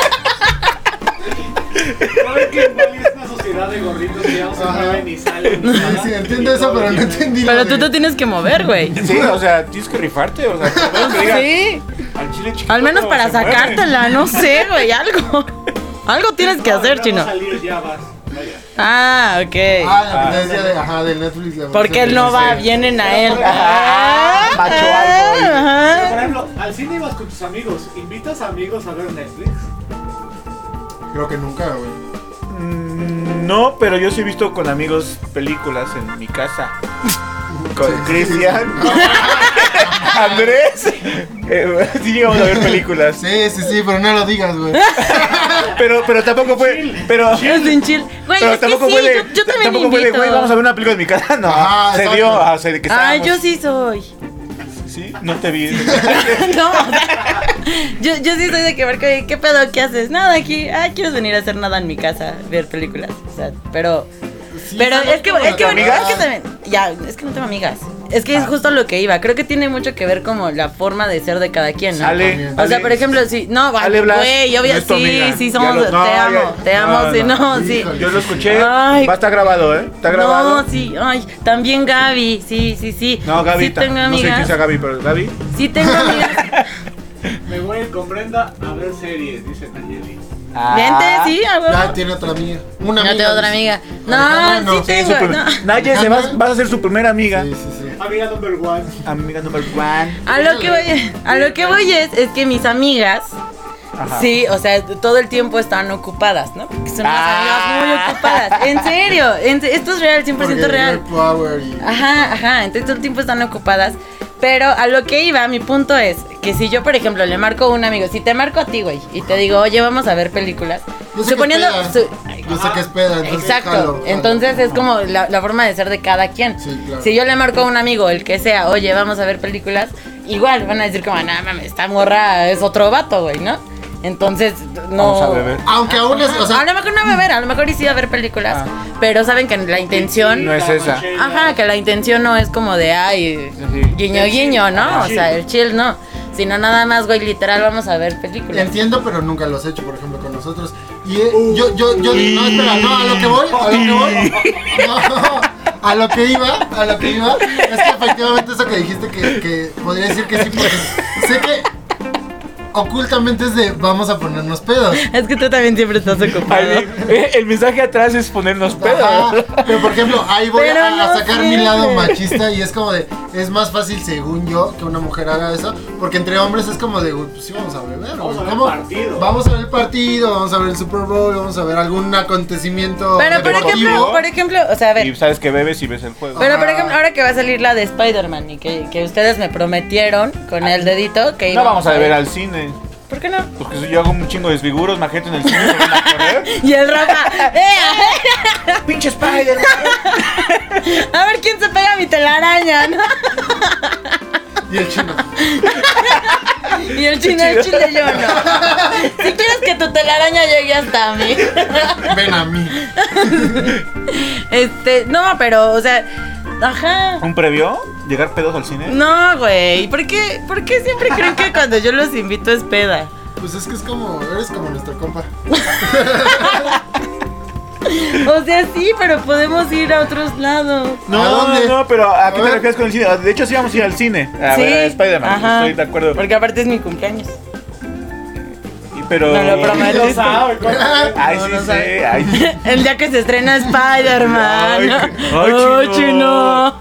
¿No ven que Wally es una sociedad de gorditos que ya no se mueven ni salen? ni nada? Sí, entiendo eso, pero no entendí lo Pero de- tú te tienes que mover, güey. Sí, o sea, tienes que rifarte, o sea, que todos te digan, Sí, al chile chiquito al menos para se mueve. sacártela, no sé, güey, algo. Algo tienes que No, hacer, ya chino. va a salir, ya vas. Vaya. Ah, ok. Ah, la decía de, ajá, del Netflix. la Porque versión él no de- va, vienen a él. Ajá, macho algo. Pero, Ajá. por ejemplo, al cine ibas con tus amigos. ¿Invitas a amigos a ver Netflix? Creo que nunca, güey. No, pero yo sí he visto con amigos películas en mi casa. Con Sí. Cristian, Andrés. Sí llegamos a ver películas. Sí, pero no lo digas, güey. Pero tampoco fue. Pero Es bien chill. Güey, pero es que tampoco sí, fue de. yo también Tampoco fue de, invito. güey, vamos a ver una película en mi casa. No, Ajá, se exacto. dio. O sea, de que Ay, estábamos- yo sí soy. Sí, no te vi. No, o sea, yo sí soy de que ver qué pedo, qué haces. Nada aquí. Ay, ¿quieres venir a hacer nada en mi casa? Ver películas. O sea, pero Sí, Pero ¿sabes es que, cómo es que, las bueno, amigas? es que también, ya, es que no tengo amigas. Es que es justo lo que iba. Creo que tiene mucho que ver como la forma de ser de cada quien, ¿no? Ale, O sea, por ejemplo, si, no, Ale Blas, güey, obvio, no es tu sí, amiga. sí Ya somos, lo- no, te ya- amo, te amo, no, sí, no. no, sí. Híjole. Yo lo escuché. Ay. Va a estar grabado, ¿eh? Está grabado. No, sí, ay, también Gaby, sí. No, Gaby. Sí tengo No sé amigas. quién sea Gaby, pero Gaby. Sí tengo amigas. Me voy a ir con Brenda a ver series, dice Nayeli. Vente, sí, a huevo. Ya tiene otra amiga. Una No amiga. tengo otra dice. amiga. Alejandra, No, sí Sí, tengo. No. Naye, vas a ser su primera amiga. Sí, sí, sí. Amiga number one. Amiga number one. A lo que voy es que mis amigas, Ajá. sí, o sea, todo el tiempo están ocupadas, ¿no? Porque son unas Ah. amigas muy ocupadas. En serio, esto es real, 100% Porque real. girl power y... Ajá, entonces todo el tiempo están ocupadas. Pero a lo que iba, mi punto es que si yo, por ejemplo, le marco a un amigo, si te marco a ti, güey, y te digo, oye, vamos a ver películas, Yo sé suponiendo... que es peda. Yo sé que es peda, entonces Exacto, jalo. entonces es como la forma de ser de cada quien. Sí, claro. Si yo le marco a un amigo, el que sea, oye, vamos a ver películas, igual van a decir como, nah, mames, esta morra es otro vato, güey, ¿no? Entonces, no... Vamos a beber. Aunque aún es, o sea, A lo mejor no a beber, a lo mejor sí a ver películas, Ah. pero saben que la intención... No es esa. Ajá, que la intención no es como de, ay, Sí. guiño, El guiño, chill, ¿no? ajá. O sea, el chill no. Sino nada más, güey, literal, vamos a ver películas. entiendo, pero nunca los he hecho, por ejemplo, con nosotros. Y yo, no, espera, no, a lo que voy. No, a lo que iba, es que efectivamente eso que dijiste que podría decir que sí, porque sé que ocultamente es de vamos a ponernos pedos. Es que tú también siempre estás ocupado. El mensaje atrás es ponernos pedos. Ajá, pero por ejemplo, ahí voy Pero a no sacar mi siempre. lado machista y es como de, es más fácil según yo que una mujer haga eso, porque entre hombres es como de, güey, pues sí vamos a beber, Vamos güey, a ver ¿cómo? partido. Vamos a ver el partido, vamos a ver el Super Bowl, vamos a ver algún acontecimiento Pero deportivo. por ejemplo, o sea, a ver, Y sabes que bebes y ves el juego. pero por ejemplo, ahora que va a salir la de Spider-Man y que ustedes me prometieron con el dedito que No íbamos vamos a ir. ver al cine. ¿Por qué no? Porque si yo hago un chingo de desfiguros, imagínate en el cine se van a correr. Y el Rafa, ¡Pinche Spider-Man! a ver quién se pega a mi telaraña, ¿no? Y el chino. Y el chino, el chile yo no. Si quieres que tu telaraña llegue hasta mí. Ven a mí. No, pero, o sea, ajá. ¿Un previo? ¿Llegar pedos al cine? No, güey. ¿Por qué siempre creen que cuando yo los invito es peda? Pues es que eres como nuestro compa. O sea, sí, pero podemos ir a otros lados. ¿A dónde? No, pero ¿a qué A te ver. refieres con el cine? De hecho, sí vamos a ir al cine a Sí, ver a Spider-Man. ajá. Estoy de acuerdo. Porque aparte es mi cumpleaños. Pero... Me lo No prometiste. sabe, ¿cómo? Ay, No, sí no sé. sabe. Ay. El día que se estrena Spider-Man. Ay, Ay, chino.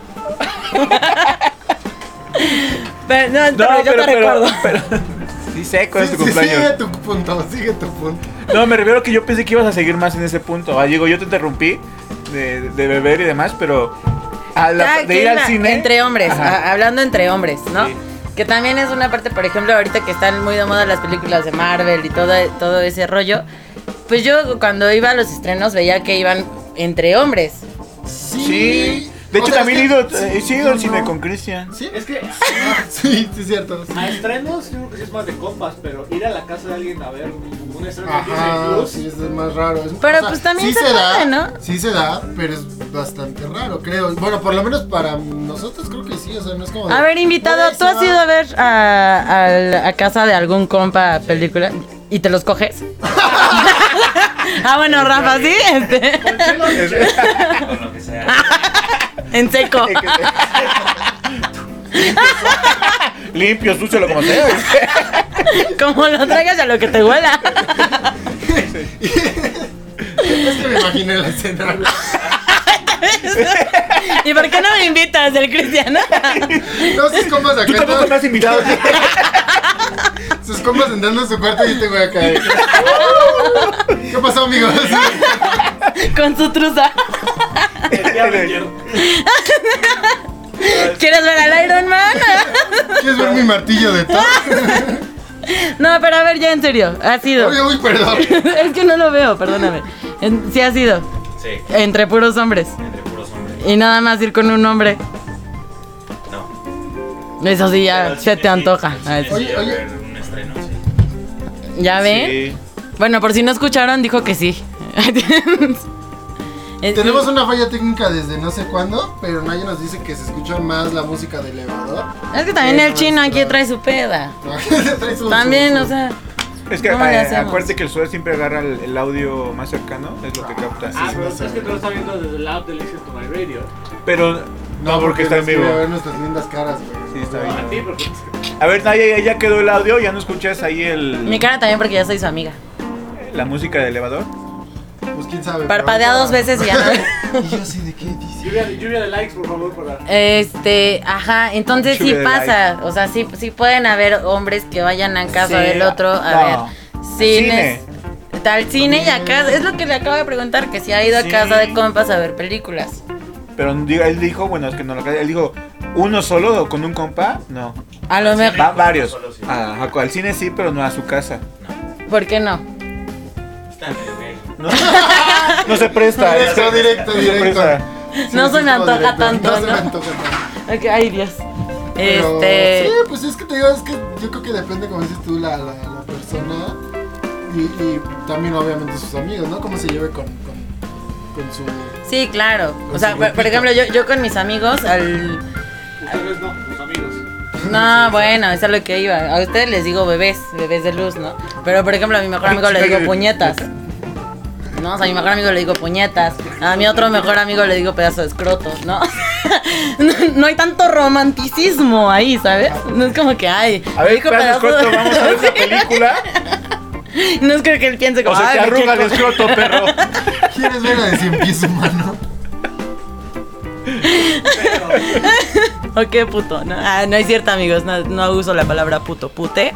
Pero, no, pero yo te recuerdo. pero- sí sé cuál es tu Sí, sigue cumpleaños. tu punto, sigue tu punto. No, me refiero que yo pensé que ibas a seguir más en ese punto. Ah, digo, yo te interrumpí de beber y demás, pero... de ir al cine... Entre hombres, Ajá. hablando entre hombres, ¿no? Sí. Que también es una parte, por ejemplo, ahorita que están muy de moda las películas de Marvel y todo ese rollo. Pues yo cuando iba a los estrenos veía que iban entre hombres. Sí. De O hecho, sea, también es he que- ido, sí he ido al no, cine no. con Cristian. ¿Sí? Es que Sí, sí, es cierto. Sí. a estrenos yo creo que sí es más de compas, pero ir a la casa de alguien a ver un estreno de Disney Ajá, Plus. sí, es más raro. Pero, pues, también sí se puede, ¿no? Sí se da, pero es bastante raro, creo. Bueno, por lo menos para nosotros creo que sí, o sea, no es como... de, A ver, invitado, "Güey, ¿tú se has va". ido a ver a casa de algún compa película y te los coges? Ah, bueno, Rafa, sí, Con lo que sea. en seco. Limpio, sucio, como sea. Como lo traigas a lo que te huela. Es que me imaginé la escena. ¿Y por qué no me invitas, el Cristiano? No, sus compas acá. Tú tampoco me has invitado. Sus compas entrando en su cuarto y este güey acá. ¿Qué pasó, amigos? Con su truza. ¿Quieres ver al Iron Man? ¿Quieres ver mi martillo de Thor? No, pero a ver, ya en serio, ha sido. Oye, uy, perdón. Es que no lo veo, perdóname. Sí ha sido. Sí, Entre puros hombres. entre puros hombres. Y nada más ir con un hombre. No. Eso sí, Pero ya al se cine te antoja. sí, A al ver, cine sí, Oye, a oye. ver un estreno, sí. ¿ya ven? Sí. Bueno, por si no escucharon, dijo que sí. Tenemos una falla técnica desde no sé cuándo, pero nadie nos dice que se escucha más la música del elevador. Es que también el chino aquí nuestra- trae su peda. Trae su- También, su- o sea. Es que ¿Cómo le hacemos? acuérdate que el suelo siempre agarra el audio más cercano, es lo que capta. Ah, pero sí, es que tú lo estás viendo desde el app de Listen to My Radio. Pero no, porque está en nos quiere vivo. ver nuestras lindas caras, güey. Sí, está No, a ti, bien. porque A ver, Naya, ya quedó el audio, ya no escuchas ahí Mi cara también porque ya soy su amiga. la música del elevador. Pues quién sabe. Parpadea pero 2 veces y ya no. Y yo así de qué dice. Lluvia de likes, por favor, para. Ajá, entonces sí Lluvia de pasa. O sea, sí pueden haber hombres que vayan a casa Sí, del otro a no. ver cines. Tal cine y acá. Es lo que le acabo de preguntar, que si ha ido a Sí. casa de compas a ver películas. Pero él dijo, bueno, es que no lo él dijo, ¿uno solo o con un compa? No. A lo mejor. Va varios. Solo sí. Al cine sí, pero no a su casa. ¿Por qué no? Está medio gay. No, no se presta. Directo. No se presta. No se me estuvo antoja directo. tanto, No se me ¿no? antoja tanto. Ok, ay, Dios. Pero, sí, pues es que te digo, es que yo creo que depende, como dices tú, la persona y también obviamente sus amigos, ¿no? Cómo se lleve con su... Sí, claro. O Con sea, su por grupito. ejemplo, yo con mis amigos, Ustedes no, tus amigos. No, bueno, eso es lo que iba. A ustedes les digo bebés de luz, ¿no? Pero, por ejemplo, a mi mejor amigo le digo puñetas. No, o sea, a mi mejor amigo le digo puñetas. A mi otro mejor amigo le digo pedazo de escroto, ¿no? No hay tanto romanticismo ahí, ¿sabes? No es como que, ay, A ver, dijo pedazo de escroto, vamos a ver esa película. No es que él piense como, O se te ay, me arruga el quiero- escroto, perro. ¿Quieres ver la de 100 pies humano? ¿O qué puto? No, no es cierto, amigos. No uso la palabra puto. Pute.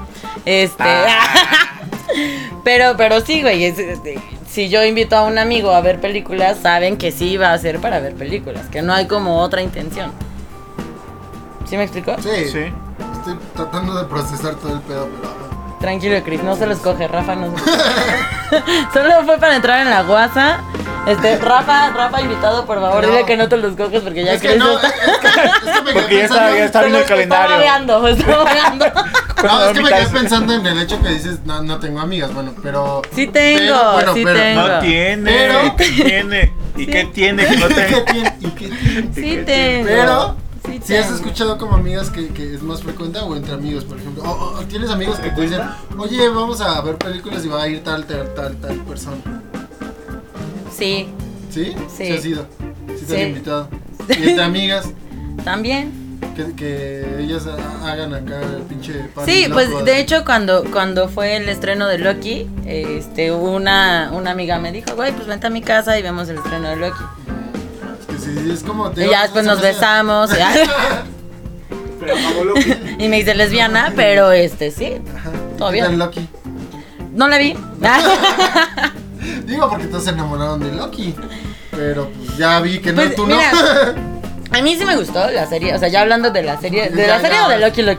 Pero sí, güey. Si yo invito a un amigo a ver películas, saben que sí va a ser para ver películas. Que no hay como otra intención. ¿Sí me explico? Sí. Sí. Estoy tratando de procesar todo el pedo, pero... Tranquilo, Chris. No se los coge. Rafa no se Solo fue para entrar en la guasa. Rafa, invitado, por favor, No. dile que no te los coges porque ya Es que Chris no, está... es que me Porque quedé ya pensando... está viendo el calendario. Estaba veando. No, es que me quedé pensando en el hecho que dices, no tengo amigas, bueno, pero... Sí tengo, pero, bueno, sí pero- tengo. No tiene. Pero- ¿Qué tiene? ¿Y qué tiene que no ¿Y qué tenga? tiene? ¿Y qué tiene? Sí tengo. Pero, Sí si has tengo. escuchado como amigas que es más frecuente o entre amigos, por ejemplo, o tienes amigos que te dicen, oye, vamos a ver películas y va a ir tal persona. Sí, ¿Sí? Sí. has ido. Sí te Sí. han invitado. Y entre amigas, también. que ellas hagan acá el pinche party Sí, pues loco de hecho cuando fue el estreno de Loki, una amiga me dijo, güey, pues vente a mi casa y vemos el estreno de Loki. Es que sí, es como... te Y digo, ya después se nos me hace- besamos Pero acabó Loki. y me hice lesbiana, pero sí, Ajá. todo ¿Qué tal bien. Loki? No la vi. Digo porque todos se enamoraron de Loki. Pero pues ya vi que no, Pues, tú mira, no. A mí sí me gustó la serie, o sea, ya hablando de la serie, ¿de Ya, la serie ya. o de Loki?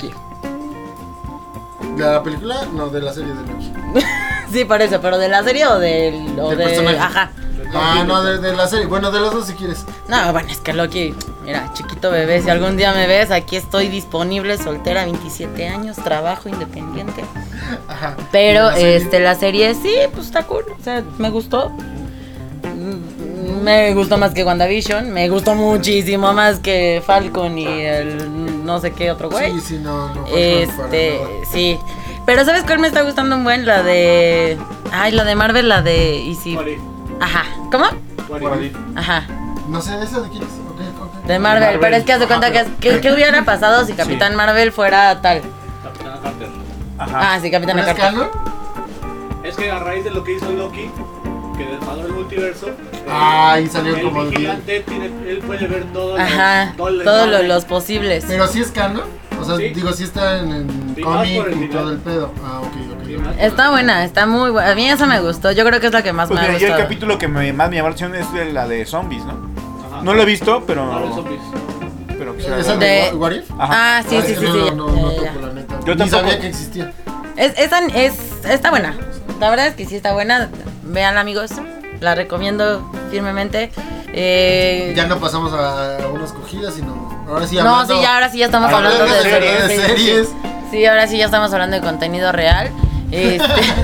¿De la película? No, de la serie de Loki. Sí, por eso, pero de la serie o del personaje. ajá. Ah, no, de la serie. Bueno, de los dos si quieres. No, bueno, es que Loki, mira, chiquito bebé, si algún día me ves, aquí estoy disponible, soltera, 27 años, trabajo independiente. Ajá. Pero Y la serie- la serie sí, pues está cool, o sea, me gustó. Me gustó más que WandaVision, me gustó muchísimo más que Falcon y el no sé qué otro güey. Sí, sí, no fue para nada. Sí. Pero ¿sabes cuál me está gustando un buen? La de Marvel, la de Easy. What if? Ajá. ¿Cómo? What if? Ajá. No sé, ¿esa de quién es? Ok. De Marvel, pero es que haz de cuenta ¿qué hubiera pasado si Capitán Marvel fuera tal? Capitana Carter. Ajá. Ah, sí, Capitán ¿No es Carter. canon? Es que a raíz de lo que hizo Loki, que desmadró el multiverso, Ah, y salió el como vigilante él puede ver todo Ajá, el todos desmadre. los posibles. Pero sí es canon. O sea, Sí. digo, sí está en Sí, más cómic por el y final. todo el pedo. Ah, ok. Sí, más por Está buena, está muy buena. A mí esa me gustó. Yo creo que es la que más Pues me ha mira, yo el gustado. capítulo que más me llamó la atención es de la de zombies, ¿no? Ajá. No lo he visto, pero. Marvel Zombies. Pero quisiera ¿Esa verlo. De- de What If? Ajá. Ah, sí, Ah, sí, es sí, que sí. No ya, ya, topo, la neta. Yo Ni tampoco. sabía que existía. Está buena. La verdad es que sí está buena. Vean, amigos. La recomiendo firmemente. Ya no pasamos a unas cogidas, sino ahora sí No, hablando. sí, ahora sí ya estamos Hablando hablando de de series. series. Sí, ahora sí ya estamos hablando de contenido real. De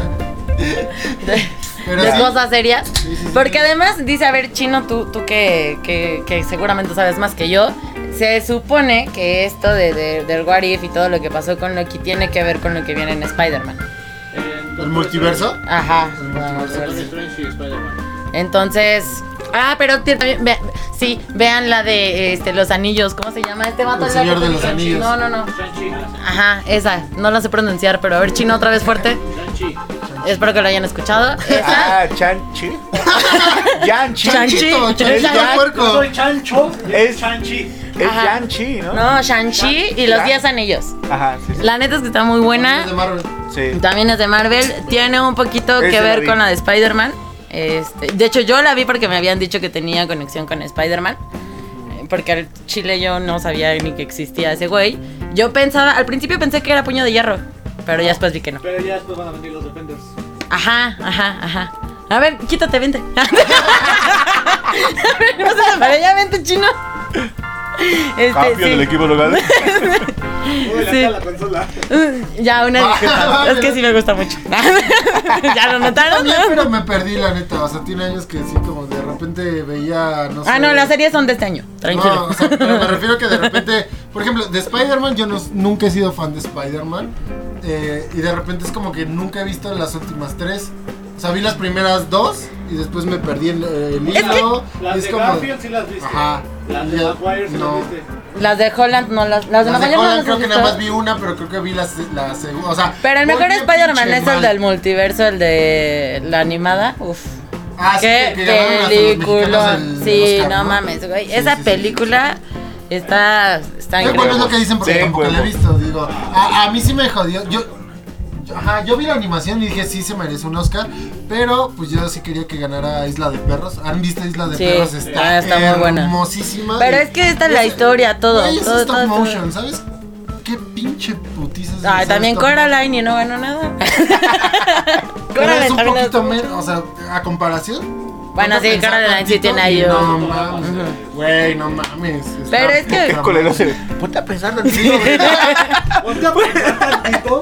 Pero de sí. cosas serias. Sí, sí. Porque además, dice, a ver, Chino, tú que seguramente sabes más que yo, se supone que esto del What If y todo lo que pasó con Loki tiene que ver con lo que viene en Spider-Man. ¿El multiverso? Ajá. Doctor Strange y Spider-Man. Entonces, Ah, pero sí, vean la de los anillos. ¿Cómo se llama este vato? El Señor de los Anillos. No. Ajá, esa. No la sé pronunciar, pero a ver, chino, otra vez fuerte. Espero que lo hayan escuchado. Esa. Ah, Chanchi. Yanchi. Chanchi. Chanchito, Yo puerco. soy Chancho, Es- es Chanchi. Es Ajá. Yanchi, ¿no? No, Shang-Chi y los 10 anillos. Ajá, sí. La neta es que está muy buena. De Marvel. Sí. También es de Marvel. Tiene un poquito Esa que la ver vi. con la de Spider-Man. De hecho, yo la vi porque me habían dicho que tenía conexión con Spider-Man. Porque al chile yo no sabía ni que existía ese güey. Yo pensaba, al principio pensé que era Puño de Hierro. Pero ya después vi que no. Pero ya después van a venir los Defenders. Ajá. A ver, quítate, vente. A ver, no se para allá, vente, chino. Cambio del equipo local. Uy, Sí. la consola. Ya, una disculpa. Es que sí me gusta mucho. ¿Ya lo notaron? También, pero me perdí, la neta. O sea, tiene años que sí, como de repente veía, no sé. Ah, no, las series son de este año. Tranquilo. No, o sea, pero me refiero que de repente, por ejemplo, de Spider-Man, yo nunca he sido fan de Spider-Man. Y de repente es como que nunca he visto las últimas 3. O sea, vi las primeras 2 y después me perdí el hilo. Las y es de como. Garfield sí las viste. Ajá. Las de Ya, Maguire sí no. las viste. Las de Holland no las de Las de Maguire no Holland las creo he que visto. nada más vi una, pero creo que vi la segunda. O sea, Pero el mejor voy bien Spider-Man pinche es el mal. del multiverso, el de la animada. Uf. Ah, sí, Qué que ganaron hasta los película. mexicanos del Sí, Oscar, no mames, güey. Sí, Esa sí, sí, película está Qué increíble. bueno es lo que dicen porque Sí, tampoco la he huevo. visto. Digo, a mí sí me jodió. Yo vi la animación y dije, sí se merece un Oscar. Pero pues yo sí quería que ganara Isla de Perros. ¿Han visto Isla de Sí, Perros? Está muy buena. hermosísima. Pero Y- es que esta es y la historia, todo. Güey, es todo, stop todo, todo. motion, ¿sabes? Qué pinche putiza es Ay, hacer también stop Coraline y no ganó nada. motion. Pero es un también poquito es- menos, o sea, a comparación. Bueno, sí, Pensar Coraline sí tantito tiene y ahí No un- mames, güey, no mames. Pero es que- Qué culero se ve. Ponte a pensar tantito, güey. Ponte a pensar tantito.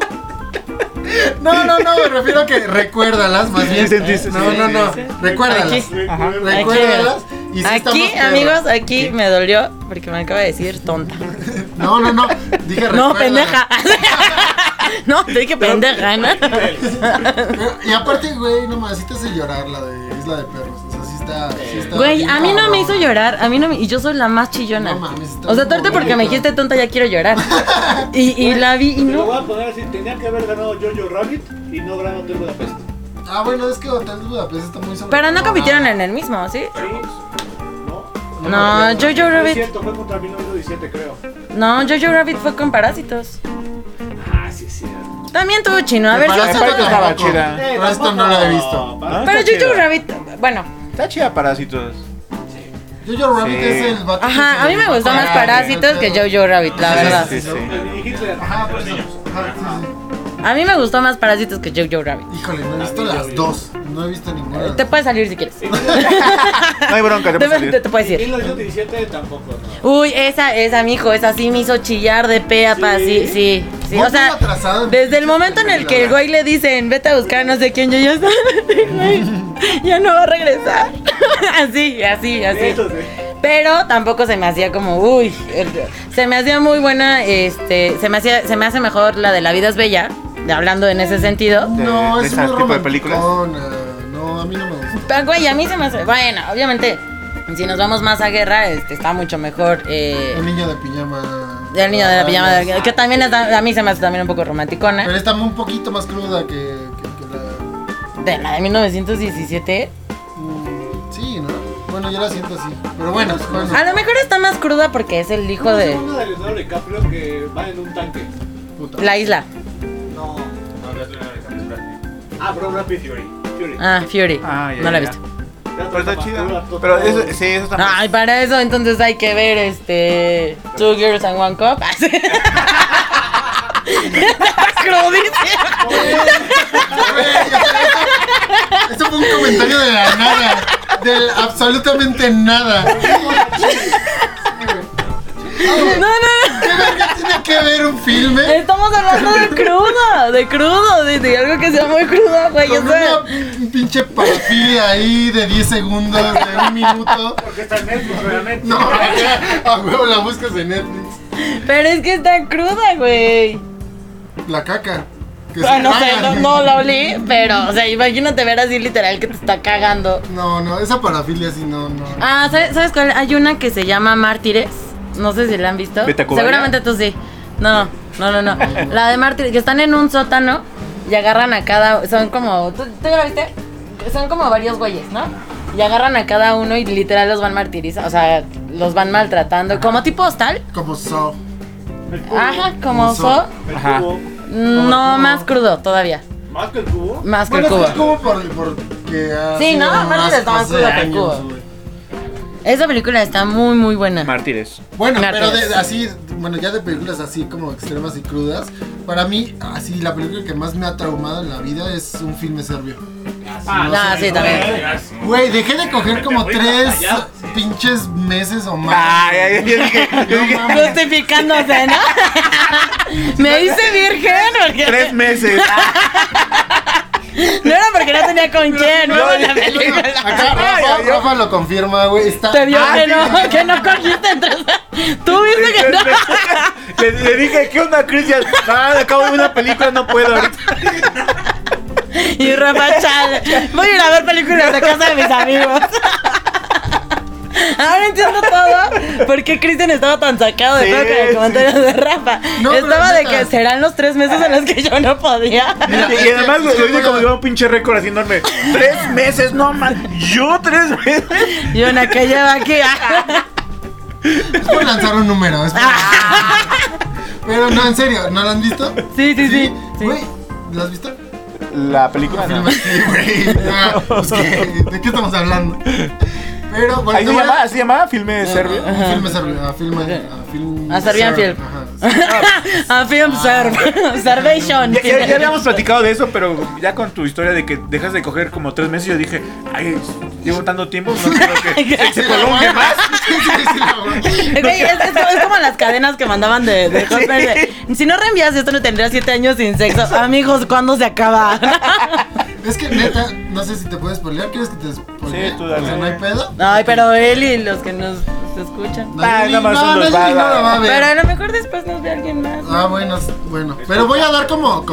No, me refiero a que recuérdalas más bien. Sí, sí, sí, No, recuérdalas. Aquí. Ajá. Recuérdalas. Y sí está Aquí, más perro. amigos, aquí me dolió porque me acaba de decir tonta. No, dije No, recuérdalas. pendeja. No, te dije pendeja, ¿no? Y aparte, güey, no más, sí te hace llorar la de Isla de Perros. O sea, sí está Güey, bien a mí no me cabrón. hizo llorar, y yo soy la más chillona. No mames, está O sea, muy ahorita porque me bonita. dijiste tonta ya quiero llorar. Y la vi y Te lo voy no. a poner así. Tenía que haber ganado Jojo Rabbit y no Gran Hotel Budapest. Ah, bueno, es que Hotel Budapest está muy sobre. Pero no compitieron en el mismo, ¿sí? Sí. ¿No? No, Jojo Es Rabbit. cierto, fue contra 1917, creo. No, Jojo Rabbit fue con Parásitos. Ah, sí, es cierto. También tuvo chino, a ver si Parásitos Parásitos estaba tampoco. chida. Pero esto no la he visto. Ah, Pero está Jojo chida. Rabbit, bueno. Está chida Parásitos. Jojo Rabbit Sí. es el vato que Ajá, se a mí me gustó más Ah, Parásitos que Jojo Rabbit, la verdad. Sí, sí. El Hitler. Ajá, por eso. Ajá, sí. A mí me gustó más Parásitos que Jojo Rabbit. Híjole, no he visto las dos. No he visto ninguna. Te puedes salir si quieres. No hay bronca, te puedes salir. Te puedes ir. 1917 tampoco, no. Uy, esa, mijo, esa sí me hizo chillar de pe a pa, sí. Muy O sea, atrasado en desde el pinches momento en el que el películas. güey le dicen, vete a buscar a no sé quién, yo ya estaba, güey, ya no va a regresar. Así. Eso sí. Pero tampoco se me hacía como, uy, se me hacía muy buena, se me hace mejor la de La vida es bella, hablando en ese sentido. No, de es ese muy tipo de películas. romanticona. No, a mí no me gusta. Pero, güey, a mí se me hace, bueno, obviamente, si nos vamos más a guerra, está mucho mejor, El niño de pijama. El niño de la pijama, que también a mí se me hace también un poco romanticona. Pero está un poquito más cruda que la. De la de 1917. Sí, ¿no? Bueno, yo la siento así. Pero bueno, A lo mejor está más cruda porque es el hijo de Una de Leonardo DiCaprio que va en un tanque. puta. la isla. No. No, no es Leonardo DiCaprio, es Brad Pitt. Ah, bro, Rapid Fury. Ah, Fury. Ah, ya, No la he ya. visto. Pero está chida. Pero eso, sí, eso está Ay, para eso entonces hay que ver Two Girls and One Cup. Crudísima. Esto fue un comentario de la nada. Del absolutamente nada. No. ¿Qué verga tiene que ver un filme Estamos hablando de crudo, de algo que sea muy crudo, güey. con O sea, una pinche parafilia ahí de 10 segundos, de un minuto? Porque está en Netflix, obviamente. No, a huevo la buscas en Netflix. pero es que está cruda, güey. La caca. Que se No sé, tragan. no la olí, pero, o sea, imagínate ver así literal que te está cagando. No, esa parafilia sí no. Ah, ¿sabes cuál? Hay una que se llama Mártires. No sé si la han visto. ¿Betacubaya? Seguramente tú sí. No. La de Mártires, que están en un sótano y agarran a cada... Son como... ¿Tú ya la viste? Son como varios güeyes, ¿no? Y agarran a cada uno y literal los van martirizando. O sea, los van maltratando. Como tipo hostal. Como so. Ajá, como Como so. El Ajá. cubo. No, más crudo todavía. ¿Más que el cubo? Más que Bueno, el es cubo. como porque Sí, ¿no? Aparte de tomar culo que cubo. güey. Esa película está muy, muy buena. Mártires. Bueno, Mártires. pero bueno, ya de películas así como extremas y crudas, para mí, así, la película que más me ha traumado en la vida es un filme serbio. No, sí, también. Güey, dejé de coger como 3 pinches meses o más. Ay, yo dije, No mames. Justificándose, ¿no? Me hice virgen porque 3 meses. no era porque no tenía con quién, no era la película. Acá Rafa lo confirma, güey. Está... Te vio Ah, sí. que no cogiste entre... Tú viste que no. Le dije, ¿qué onda, Cristian? Acabo de ver una película, no puedo ahorita. Y Rafa, chale. Voy a ir a ver películas de casa de mis amigos. Ahora entiendo todo. ¿Por qué Cristian estaba tan sacado de Sí, todo con el comentario de Rafa? No, pero Estaba de neta. que serán los 3 meses en los que yo no podía. Y además lo dice como si fuera un pinche récord así enorme. 3 meses, no man. Yo 3 meses. Y una que lleva aquí. Es por lanzar un número. Pero no, en serio, ¿no lo han visto? Sí. Güey, ¿lo has visto? La película no. Sí, güey. Ah, pues, ¿de qué estamos hablando? Pero, bueno, ¿Ahí te voy a- se llama filme serbio? Filme serbio, film A Serbian Serb, Film. ajá. A Film Serve. Salvation. Ya habíamos platicado de eso, pero ya con tu historia de que dejas de coger como 3 meses, yo dije, ay, llevo tanto tiempo, no quiero que se Sí, prolongue la más. Sí, la aguanto. Güey, es como las cadenas que mandaban de Hotmail de, si no reenvías esto no tendrías 7 años sin sexo. Amigos, ¿cuándo se acaba? Es que neta, no sé si te puedes spoilear. ¿Quieres que te spoilee? Sí, tú dale. O sea, no hay pedo. Ay, pero él y los que nos escuchan. Nada más no, unos no, va, no la va a ver. Pero a lo mejor después nos ve alguien más. Ah, bueno. Pero voy a dar como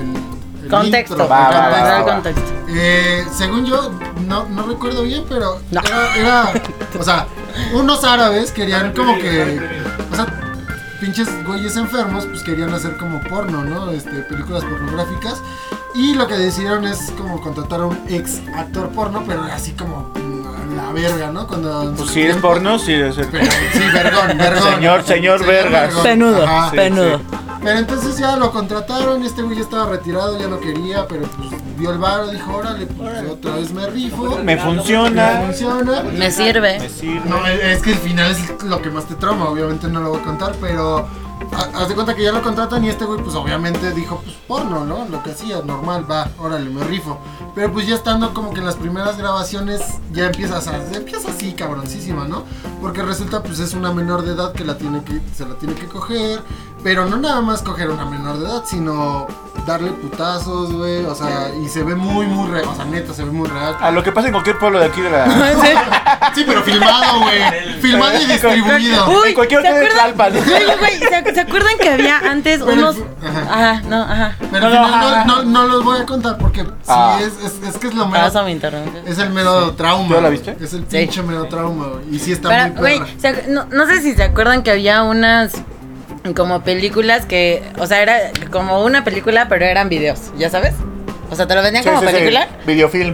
el Contexto. intro, Va, el va, contexto. Dar contexto. Según yo, no recuerdo bien, pero No. era, o sea, unos árabes querían como que, o sea, pinches güeyes enfermos, pues querían hacer como porno, ¿no? Películas pornográficas. Y lo que decidieron es como contratar a un ex actor porno, pero así como a la verga, ¿no? Cuando Pues si es porno, sí debe ser. Pero, sí, vergón. Señor Vergas. vergón. Penudo, Ajá. penudo. Pero entonces ya lo contrataron, este güey ya estaba retirado, ya no quería, pero pues vio el varo, dijo, órale, pues otra vez me rifo. Me funciona. funciona. Me sirve. Me sirve. No, es que el final es lo que más te trauma, obviamente no lo voy a contar, pero haz de cuenta que ya lo contratan y este güey pues obviamente dijo, pues porno, ¿no? Lo que hacía, normal, va, órale, me rifo. Pero pues ya estando como que en las primeras grabaciones ya empieza así cabroncísima, ¿no? Porque resulta pues es una menor de edad que se la tiene que coger, pero no nada más coger una menor de edad, sino darle putazos, güey, o sea, y se ve muy real, o sea, neta, se ve muy real. A lo que pasa en cualquier pueblo de aquí de la. Sí, pero filmado, güey, filmado y distribuido. Uy, En cualquier ¿se hotel de acuerdan? Tlalpan. Güey, ¿se acuerdan que había antes Pero unos... ajá. Ajá, no, ajá. Pero al final no los voy a contar porque Ah. sí es que es lo Por mero. eso me interrumpes. Es el mero trauma. ¿Tú la viste? Es el Sí. pinche mero trauma, güey. Y sí está Pero, muy güey, perra. no sé si se acuerdan que había unas como películas que, o sea, era como una película, pero eran videos, ¿ya sabes? O sea, ¿te lo vendían como película? Videofilm.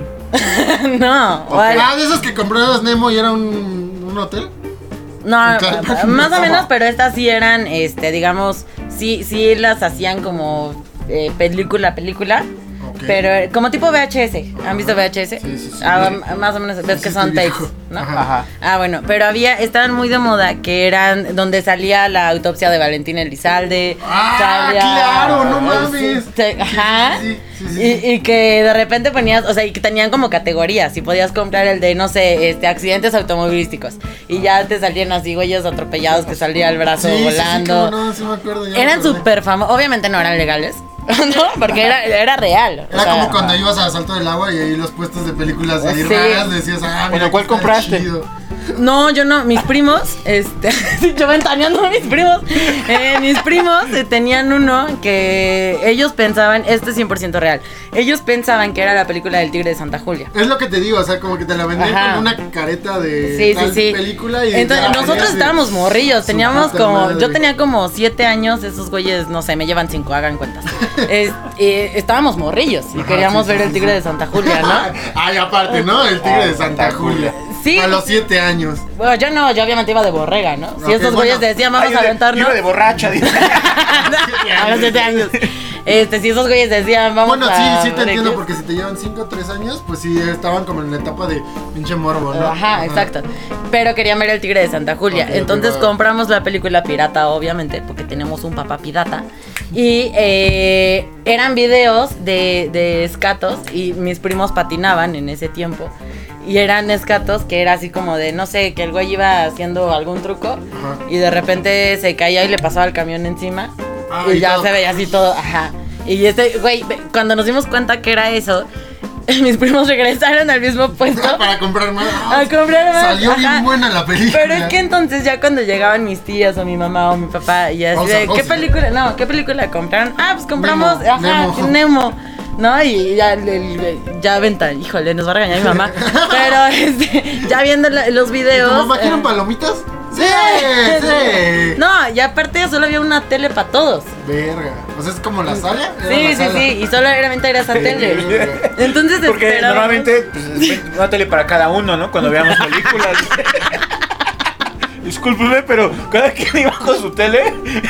No, o Ok. al- Ah, de esos que comprabas Nemo y era un hotel. no, Claro. más o menos, pero estas sí eran, digamos, sí las hacían como película. Ok. Pero como tipo VHS. ¿Han visto VHS? Sí. Ah, más o menos, ves Sí, que sí, son te tapes, dijo. ¿no? Ajá. Ajá. Ah, bueno, pero estaban muy de moda que eran donde salía la autopsia de Valentín Elizalde. Ah, claro, no mames. Ajá. Sí. Y que de repente ponías, o sea, y que tenían como categorías. Y podías comprar el de, no sé, accidentes automovilísticos. Y ya te salían así güeyes atropellados que salía el brazo volando. No, sí me acuerdo. ya me Eran acordé. súper famosos. Obviamente no eran legales. ¿No? Porque era real. o Era sea, como cuando ibas a Salto del Agua y ahí los puestos de películas ahí Sí. raras decías, ah, mira, Bueno, ¿cuál está compraste? chido. No, yo no, mis primos, yo ventaneando a mis primos, tenían uno que ellos pensaban, esto es 100% real, ellos pensaban que era la película del Tigre de Santa Julia. Es lo que te digo, o sea, como que te la vendían Ajá. con una careta de Sí. película y entonces nosotros estábamos morrillos, teníamos puta como, madre. yo tenía como 7 años, esos güeyes, no sé, me llevan 5, hagan cuentas. Estábamos morrillos y Ajá, queríamos sí, ver sí, el sí, Tigre sí. de Santa Julia, ¿no? Ay, aparte, ¿no? El Tigre de Santa Julia. Sí. A los 7 años. Bueno, yo no, yo obviamente iba de borrega, ¿no? Si Ok, esos güeyes bueno. decían, vamos a aventarnos. Iba de borracha, dice. A los 7 años. Si esos güeyes decían, vamos Bueno, a. sí te entiendo, X. porque si te llevan 5 o 3 años, pues sí estaban como en la etapa de pinche morbo, ¿no? Ajá, exacto. Pero querían ver el Tigre de Santa Julia. Ok, Entonces ok, compramos la película pirata, obviamente, porque tenemos un papá pirata. Y eran videos de escatos y mis primos patinaban en ese tiempo. Y eran escatos que era así como de, no sé, que el güey iba haciendo algún truco Ajá. y de repente se caía y le pasaba el camión encima. Ah, y y ya todo. se veía así todo, ajá. Y güey, cuando nos dimos cuenta que era eso, mis primos regresaron al mismo puesto Para comprar más. a comprar más. Salió ajá. bien buena la película. Pero es que entonces ya cuando llegaban mis tías o mi mamá o mi papá y así Pausa, de, ¿qué pausa. película? No, ¿qué película compraron? Ah, pues compramos, Nemo, ajá, Nemo. Nemo. ¿No? Y ya venta, híjole, nos va a regañar mi mamá. Pero ya viendo los ¿Y videos. tu mamá quieren palomitas? Sí. No, y aparte solo había una tele para todos. Verga. O sea, es como la sala. Era Sí, la sí, sala. sí. Y solamente era esa tele. Entonces Porque esperábamos- normalmente pues, es una tele para cada uno, ¿no? Cuando veamos películas. Discúlpeme, pero cada quien iba con su tele.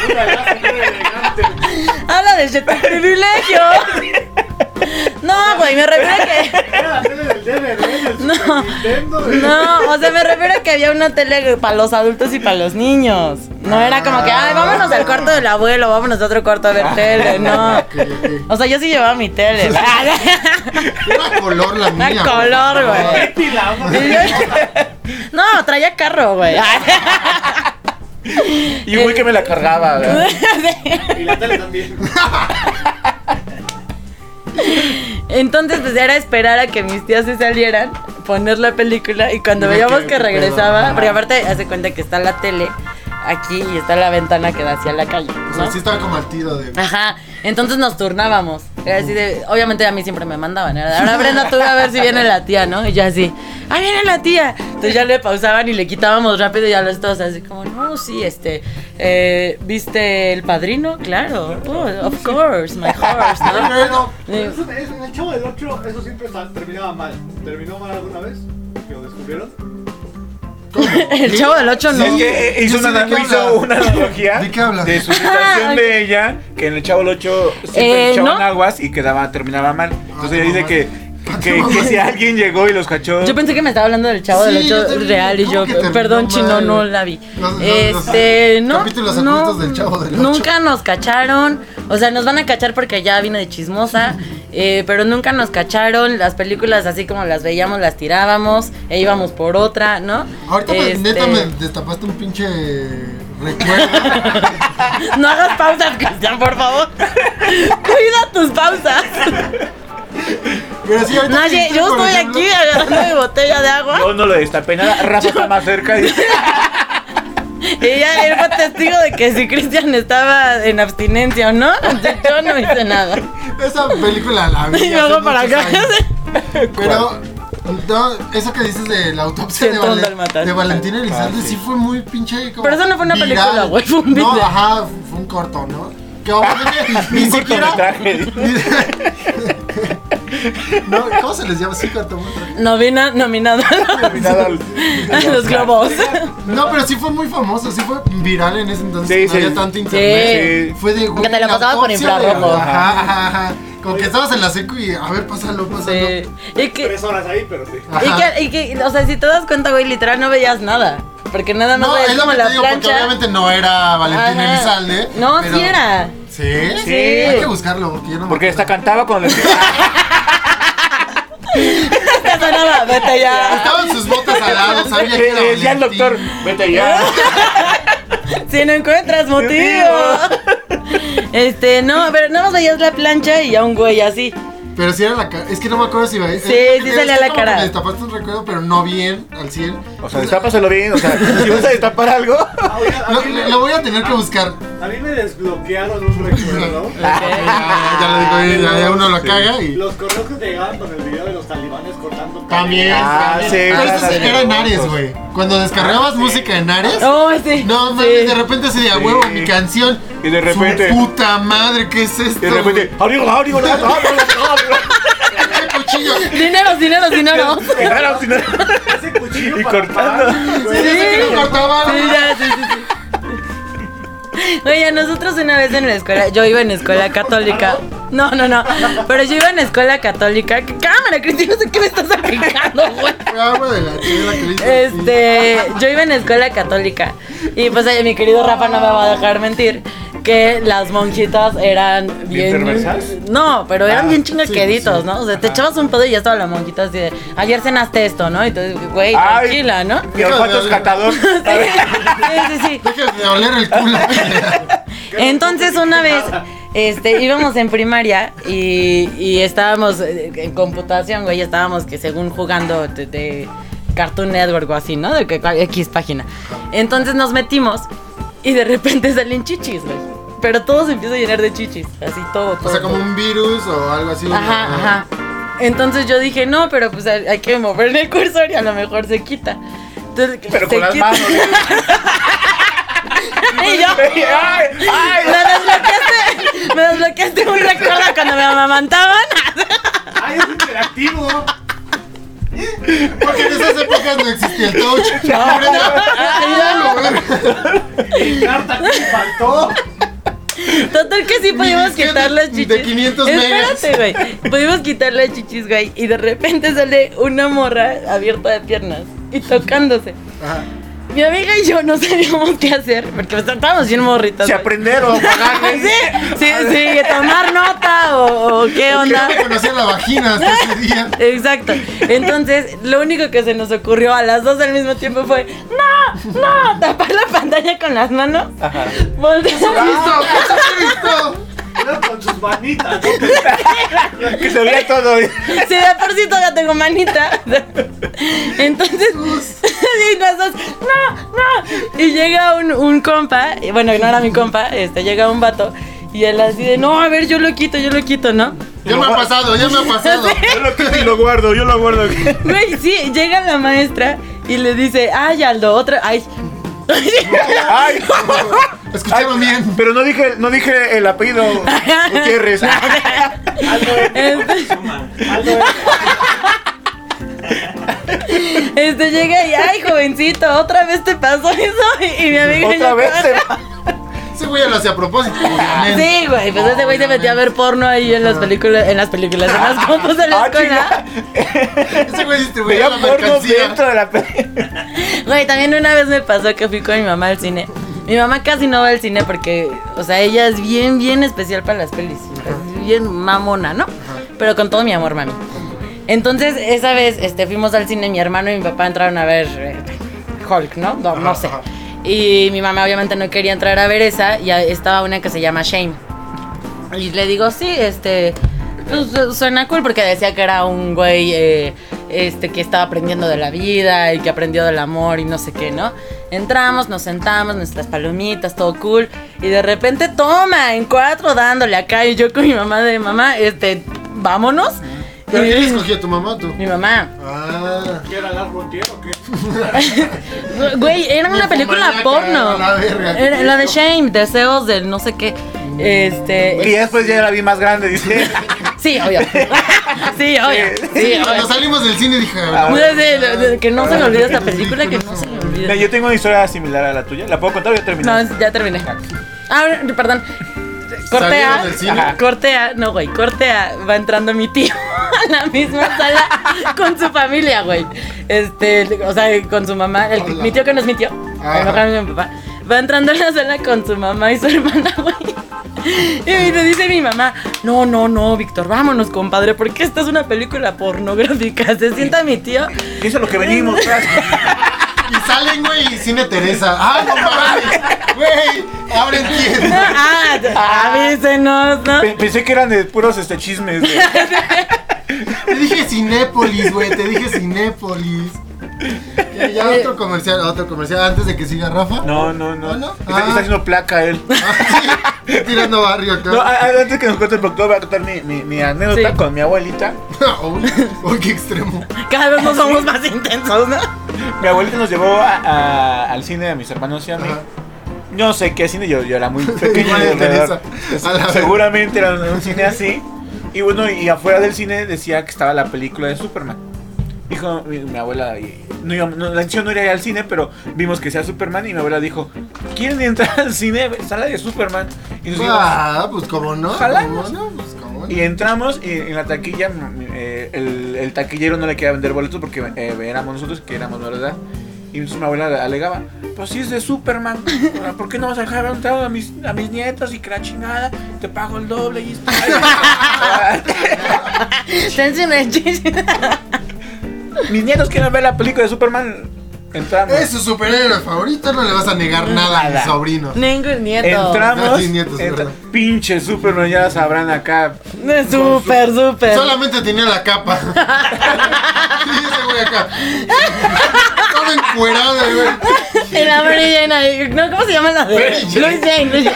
Habla de tu privilegio. No, güey, me refiero a que. Era la tele del DVD, del No. Super Nintendo, No, o sea, me refiero a que había una tele para los adultos y para los niños. No era como que, ay, vámonos al cuarto del abuelo, vámonos a otro cuarto a ver tele, no. Ok, ok. O sea, yo sí llevaba mi tele. Era color la mía. Era color, güey. Pilamos. Y yo- No, traía carro, güey. Y güey que me la cargaba, ¿verdad? Y la tele también. Entonces, pues era esperar a que mis tías se salieran, poner la película y cuando Y ver veíamos qué que pedo. regresaba, Ajá. porque aparte hace cuenta que está la tele aquí y está la ventana que da hacia la calle, O sea, ¿no? sí estaba como al tiro de. Ajá, entonces nos turnábamos. Era así de, obviamente a mí siempre me mandaban. Era de, ahora Brenda, tú ve a ver si viene la tía, ¿no? Y yo así, ¡ah, viene la tía! Entonces ya le pausaban y le quitábamos rápido y ya los dos así como, no, sí, ¿viste El Padrino? Claro, oh, of course, my horse, ¿no? Pero eso, en el Chavo del 8 eso siempre terminaba mal. ¿Terminó mal alguna vez? ¿Que lo descubrieron? El Chavo del 8 no. Es que hizo Yo sé de qué hizo habla. una analogía ¿De qué habla? de su situación Ah, de ella, que en el Chavo del 8 siempre echaban ¿no? aguas y terminaba mal. Entonces ella dice mamá. que si alguien llegó y los cachó. Yo pensé que me estaba hablando del Chavo del Sí, yo 8 también. real y ¿Cómo yo, que terminó perdón, chino, mal? no la vi. Los No, capítulos no, ocultos del Chavo del 8. nunca nos cacharon, o sea, nos van a cachar porque ya vino de chismosa, pero nunca nos cacharon, las películas así como las veíamos, las tirábamos, e íbamos por otra, ¿no? Ahorita neta me destapaste un pinche recuerdo. No hagas pausas, Cristian, por favor. Cuida tus pausas. Pero sí, ahorita No, que sí, dijiste, yo por estoy ejemplo, aquí agarrando mi botella de agua. Yo no lo destapé nada. Rafa está más cerca. Y... Y ya él fue testigo de que si Cristian estaba en abstinencia o no, entonces yo no hice nada. Esa película la vi. Y me hace hago para muchos acá. años. Pero no, eso que dices de la autopsia de, 101 dálmatas. de Valentín Elizalde sí fue muy pinche como Pero eso no fue una viral. película, güey, fue un No, video. ajá, fue un corto, ¿no? Que obviamente ni Un siquiera cortometraje. No, ¿cómo se les llama? Sí, cortometraje. Nominado Nominado al- a los globos. No, pero sí fue muy famoso, sí fue viral en ese entonces. Sí, no sí. había tanto internet. Sí. Fue de güey, Que te lo la pasaba por autopsia de- infrarrojo. Ajá. Como que estabas en la secu y a ver, pásalo. Sí. Y que, 3 horas ahí, pero sí. Ajá. y que, o sea, si te das cuenta, güey, literal no veías nada. Porque nada más No, veías es lo como que te la digo, porque plancha. obviamente no era Valentín Ajá. Elizalde. No, pero- sí era. ¿Sí? Sí. Hay que buscarlo, porque yo no me Porque esta acuerdo. cantaba con los. Te sonaba, vete ya. Estaban sus botas al lado, sabía que era Le decía al Valentín. doctor, vete ya. Si no encuentras motivo. No, pero nada más veías la plancha y a un güey así. Pero si era la cara. Es que no me acuerdo si iba. Sí, sí salía la cara. Me destapaste un recuerdo, pero no bien, al 100. O sea, destápaselo bien. O sea, si vas a destapar algo. Lo voy a tener que buscar. A mí me desbloquearon un recuerdo. Ya le digo, ya uno lo caga y. Los correos que te llegaban con el video de los talibanes cortando También. Sí. Pero eso sí era en Ares, güey. Cuando descargabas música en Ares. Oh, sí. No mames, sí. de repente se de a huevo mi canción. Y de repente. Su puta madre, ¿qué es esto? Y de repente. ¡Abrigo! ¡Qué cuchillo! Dinero. ese cuchillo Y para cortando. pagar, güey. Sí, que no cortaba. Sí, ya, sí. Oye, nosotros una vez en la escuela, yo iba en escuela católica. No, pero yo iba en escuela católica. ¿Qué cámara, Cristi? No sé qué me estás aplicando, güey. Agua de la chela que dice. Yo iba en escuela católica. Y pues mi querido Rafa no me va a dejar mentir que las monjitas eran bien. ¿Perversas? No, pero eran bien sí, chingaqueditos, sí. ¿no? O sea, te echabas un pedo y ya estaba la monjita así de, ayer cenaste esto, ¿no? Y entonces, güey, Ay. tranquila, ¿no? Mi olfato es catador. Sí. Deja de oler el culo. Entonces una vez íbamos en primaria y estábamos en computación, güey, estábamos que según jugando de Cartoon Network o así, ¿no? De que X página. Entonces nos metimos y de repente salen chichis, güey. Pero todo se empieza a llenar de chichis, así todo. O sea, como un virus o algo así. Ajá. Entonces yo dije, no, pero pues hay que moverle el cursor y a lo mejor se quita. Entonces, Pero se con las quita. manos. Y yo, ¡Ay! me desbloqueaste un recuerdo cuando me amamantaban. ¡Ay, es interactivo! Porque en esas épocas no existía el touch. ¡Y carta que me faltó! Total que sí pudimos quitar las chichis. De 500 megas. Espérate, güey. Pudimos quitar las chichis, güey. Y de repente sale una morra abierta de piernas y tocándose. Ajá. Mi amiga y yo no sabíamos qué hacer porque estábamos bien morritas. Si güey. aprender o pagarle. Sí, tomar nota o qué onda. Yo no conocía la vagina hasta ese día. Exacto. Entonces, lo único que se nos ocurrió a las dos al mismo tiempo fue ¡No! Tapar la pantalla con las manos. Ajá. Voltear. ¡Listo! Pero con sus manitas, ¿no? Que se vea todo. Sí, de por sí todavía tengo manita. Entonces, y las dos, no. Y llega un compa, bueno, no era mi compa, llega un vato. Y él así de, no, a ver, yo lo quito, ¿no? Ya me ha pasado. Yo lo quito y lo guardo. Güey, sí, llega la maestra y le dice, ay, Aldo, otra, ay. ¡Ay! Escucharon bien. Pero no dije el apellido Gutiérrez. Llega y, ay, jovencito, otra vez te pasó eso. Y mi amiga y Otra yo, vez Ese güey lo hacía a propósito. Obviamente. sí, güey, pues ese güey se metía a ver porno ahí en las películas, en las compos de la escuela. Ese güey distribuía Veía la porno mercancía. dentro de la película. Güey, también una vez me pasó que fui con mi mamá al cine. Mi mamá casi no va al cine porque, o sea, ella es bien, bien especial para las pelis. Es bien mamona, ¿no? Pero con todo mi amor, mami. Entonces, esa vez fuimos al cine, mi hermano y mi papá entraron a ver Hulk, ¿no? No sé. Y mi mamá obviamente no quería entrar a ver esa, y estaba una que se llama Shame. Y le digo, sí, pues, suena cool porque decía que era un güey que estaba aprendiendo de la vida y que aprendió del amor y no sé qué, ¿no? Entramos, nos sentamos, nuestras palomitas, todo cool. Y de repente, toma, en 4 dándole acá. Y yo con mi mamá de, mamá, vámonos. ¿Pero quién escogió, tu mamá o tú? Mi mamá. Ah. ¿Qué era Lars Montiel o qué? Güey, era una película porno. La verga. Era la de Shame, deseos del no sé qué. Y después ya la vi más grande, dice. Sí, obvio. Sí, obvio. Cuando salimos del cine dije, Que no se me olvide esta película, que no se me olvide. Mira, yo tengo una historia similar a la tuya. ¿La puedo contar o ya terminé? No, ya terminé. Ah, perdón. ¿salieron del cine? Corte A, va entrando mi tío a la misma sala con su familia, güey. O sea, con su mamá. Mi tío que no es mi tío. A lo mejor es mi papá. Va entrando a la sala con su mamá y su hermana, güey. Y me dice mi mamá, no, Víctor, vámonos, compadre, porque esta es una película pornográfica. Se sienta mi tío. Eso es lo que venimos. Y salen, güey, Cine Teresa. ¡Ah, no mames! Güey, Ahora entiendo. Avísenos, ¿no? Pensé que eran de puros chismes. Güey. Te dije Cinépolis, güey. Te dije Cinépolis. Ya otro comercial antes de que siga Rafa. No. Está haciendo placa él. Sí, tirando barrio acá. No, antes que nos cuente el doctor, voy a contar mi anécdota Sí. con mi abuelita. Uy, qué extremo. Cada vez no somos más intensos, ¿no? Mi abuelita nos llevó al cine a mis hermanos y a mí. Ajá. Yo no sé qué cine, yo era muy pequeño. Igual de alrededor. Teresa. A la vez. Seguramente era un cine así. Y bueno, y afuera del cine decía que estaba la película de Superman. Dijo mi abuela, la intención no era ir al cine, pero vimos que sea Superman y mi abuela dijo, ¿quieren entrar al cine? Sala de Superman. Y nos dijimos, Pues cómo no. Jalamos. ¿Cómo no? Pues cómo no. y entramos y en la taquilla el taquillero no le quería vender boletos porque éramos nosotros que éramos menores de edad. Y entonces mi abuela alegaba, pues si es de Superman, ¿por qué no vas a dejar entrar a mis nietos y que la chingada? Te pago el doble y esto. Mis nietos quieren ver la película de Superman. Entramos. Es su superhéroe favorito, no le vas a negar nada a mi Nada. sobrino. Ningún nieto. Entramos. Sí, nietos, verdad. Pinche Superman, ya sabrán acá. Súper. Solamente tenía la capa. Sí, ese güey acá. Todo encuerado, güey. Y la Mary Jane ahí. No, ¿cómo se llama la de? Mary Jane. Louis Jane.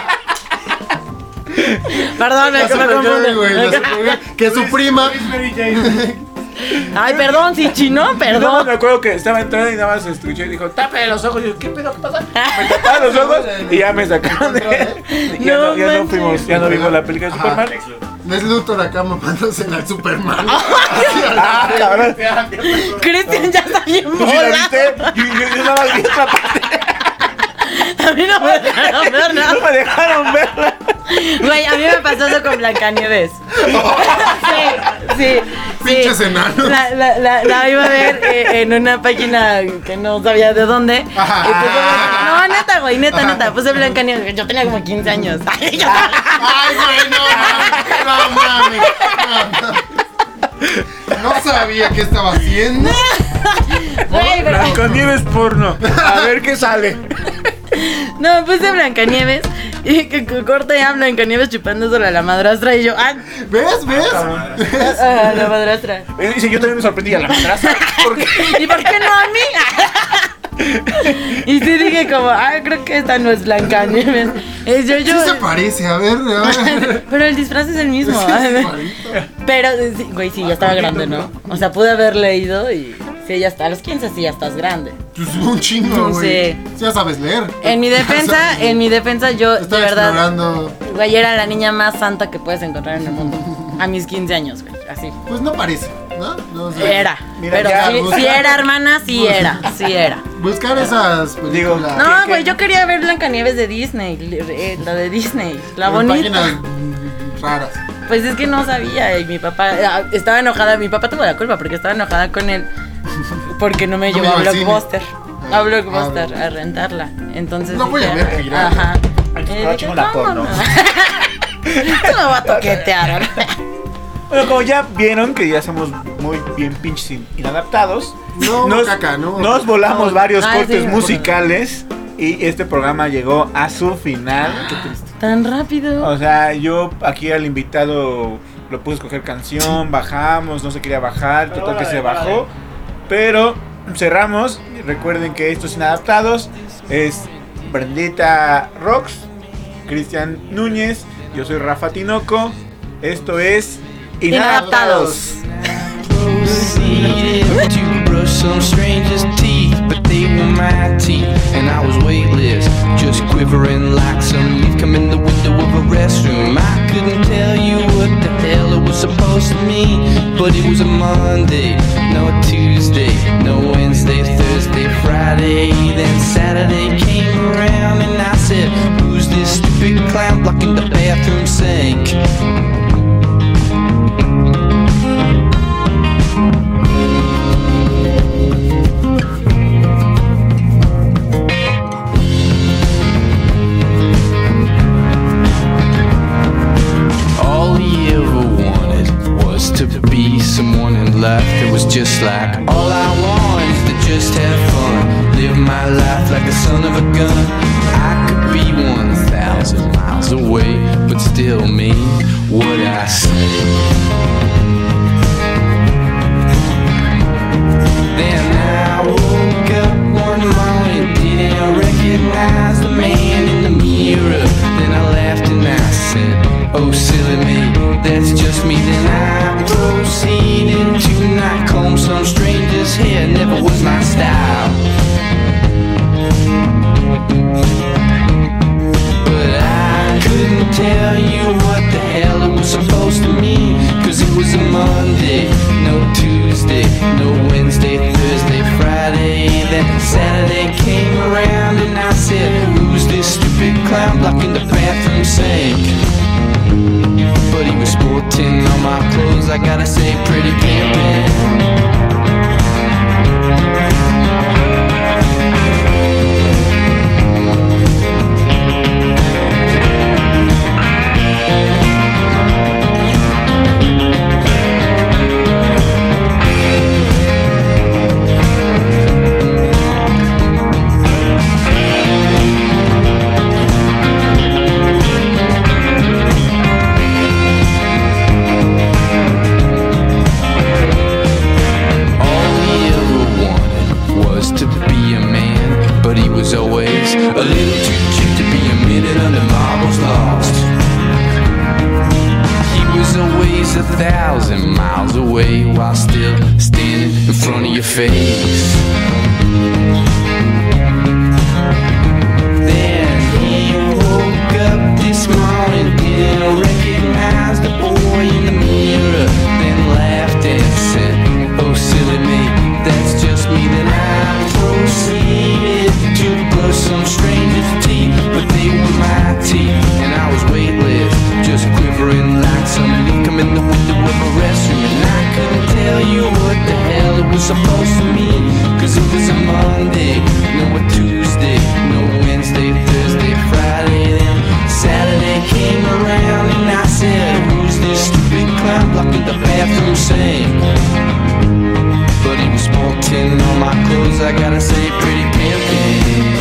Perdón, La me Supergirl, güey, la confundo. Supergirl, que su prima. Ay, perdón, sí, chino, No, me perdón. acuerdo que estaba entrando y nada más escuché y dijo, tápale los ojos. Y yo, ¿qué pedo? ¿Qué pasa? Me taparon los ojos y ya me sacaron ¿eh? ya no manches. fuimos, ya no vimos la película de Ajá. Superman. Es Luthor acá mamándose al Superman. Ah, cabrón. Cristian ya está bien ¿Tú sí la bola. viste? Yo nada más vi esa parte. A mí no me dejaron ver nada. No me dejaron verla. Güey, a mí me pasó eso con Blancanieves. Sí. Pinches enanos. La iba a ver en una página que no sabía de dónde. No, neta, güey, neta. Puse Blancanieves. Yo tenía como 15 años. Ay, yo- Ay, güey, no mames. No sabía qué estaba haciendo. Güey, pero- Blancanieves porno. A ver qué sale. No, puse Blancanieves y que corte a Blancanieves chupándosela a la madrastra y yo, ¿Ves? a la madrastra. Dice, yo también me sorprendí a la madrastra. Porque ¿Y por qué no a mí? Y sí dije como, creo que esta no es Blancanieves. Yo, Sí se parece, a ver. Pero el disfraz es el mismo. Pero, sí, güey, sí, ya estaba grande, ¿no? O sea, pude haber leído y sí, ya está. A los 15 sí, ya estás grande. Pues un chingo, güey. Sí. Ya sabes leer. En mi defensa, yo, de Estaba verdad, explorando. güey, era la niña más santa que puedes encontrar en el mundo. A mis 15 años, güey, así. Pues no parece, ¿no? No, o sea, Era. Mira, Pero ya, sí era, hermana, sí era. Buscar esas películas. Digo, No, güey, yo quería ver Blancanieves de Disney, la de Disney, la en bonita. páginas raras. Pues es que no sabía y mi papá estaba enojada, mi papá tuvo la culpa porque estaba enojada con él porque no me No me llevó a llevó al cine. Blockbuster. A Blockbuster bueno. a rentarla. Entonces No voy a dije, ver, Gira. ajá. Ay, Y estaba dije, chingona "No, porno". no. Tú me vas a toquetear. Bueno, como ya vieron que ya somos muy bien pinches inadaptados, No, caca, no. nos volamos No. varios Ay, cortes sí. musicales y este programa llegó a su final. Tan rápido. O sea, yo aquí al invitado lo puse a escoger canción, bajamos, no se quería bajar, total que se bajó, pero cerramos. Recuerden que estos inadaptados es Brendita Rocks, Cristian Núñez, yo soy Rafa Tinoco, esto es Inadaptados. Proceeded to brush some stranger's teeth, but they were my teeth, and I was weightless, just quivering like some leaf come in the window of a restroom. I couldn't tell you what the hell it was supposed to mean, but it was a Monday, no Tuesday, no Wednesday, Thursday, Friday, then Saturday came around, and I said, who's this stupid clown blocking the bathroom sink? All he ever wanted was to be someone in life that was just like all I want is the just have fun. Live my life like a son of a gun. I could be 1,000 miles away, but still mean what I say. Then I woke up one morning, didn't recognize the man in the mirror. Then I laughed and I said, oh silly me, that's just me. Then I proceeded to not comb some stranger's hair, never was my style. But I couldn't tell you what the hell it was supposed to mean, cause it was a Monday, no Tuesday, no Wednesday, Thursday, Friday. Then Saturday came around and I said, who's this stupid clown blocking the bathroom sink? But he was sporting all my clothes, I gotta say, pretty pimpin'. Always a little too cute to be a minute under marbles lost. He was always 1,000 miles away while still standing in front of your face. Then he woke up this morning, didn't recognize the boy in the mirror, then laughed and said, oh silly me, that's just me. Then I proceeded to brush some stranger's teeth, but they were my teeth, and I was weightless, just quivering like some leak. I'm in the window of a restroom, and I couldn't tell you what the hell it was supposed to mean, cause it was a Monday, no a Tuesday, no Wednesday, Thursday, Friday. Then Saturday came around, and I said, who's this stupid clown blocking the bathroom sink? But he was sporting all my clothes, I gotta say, pretty pimpin'.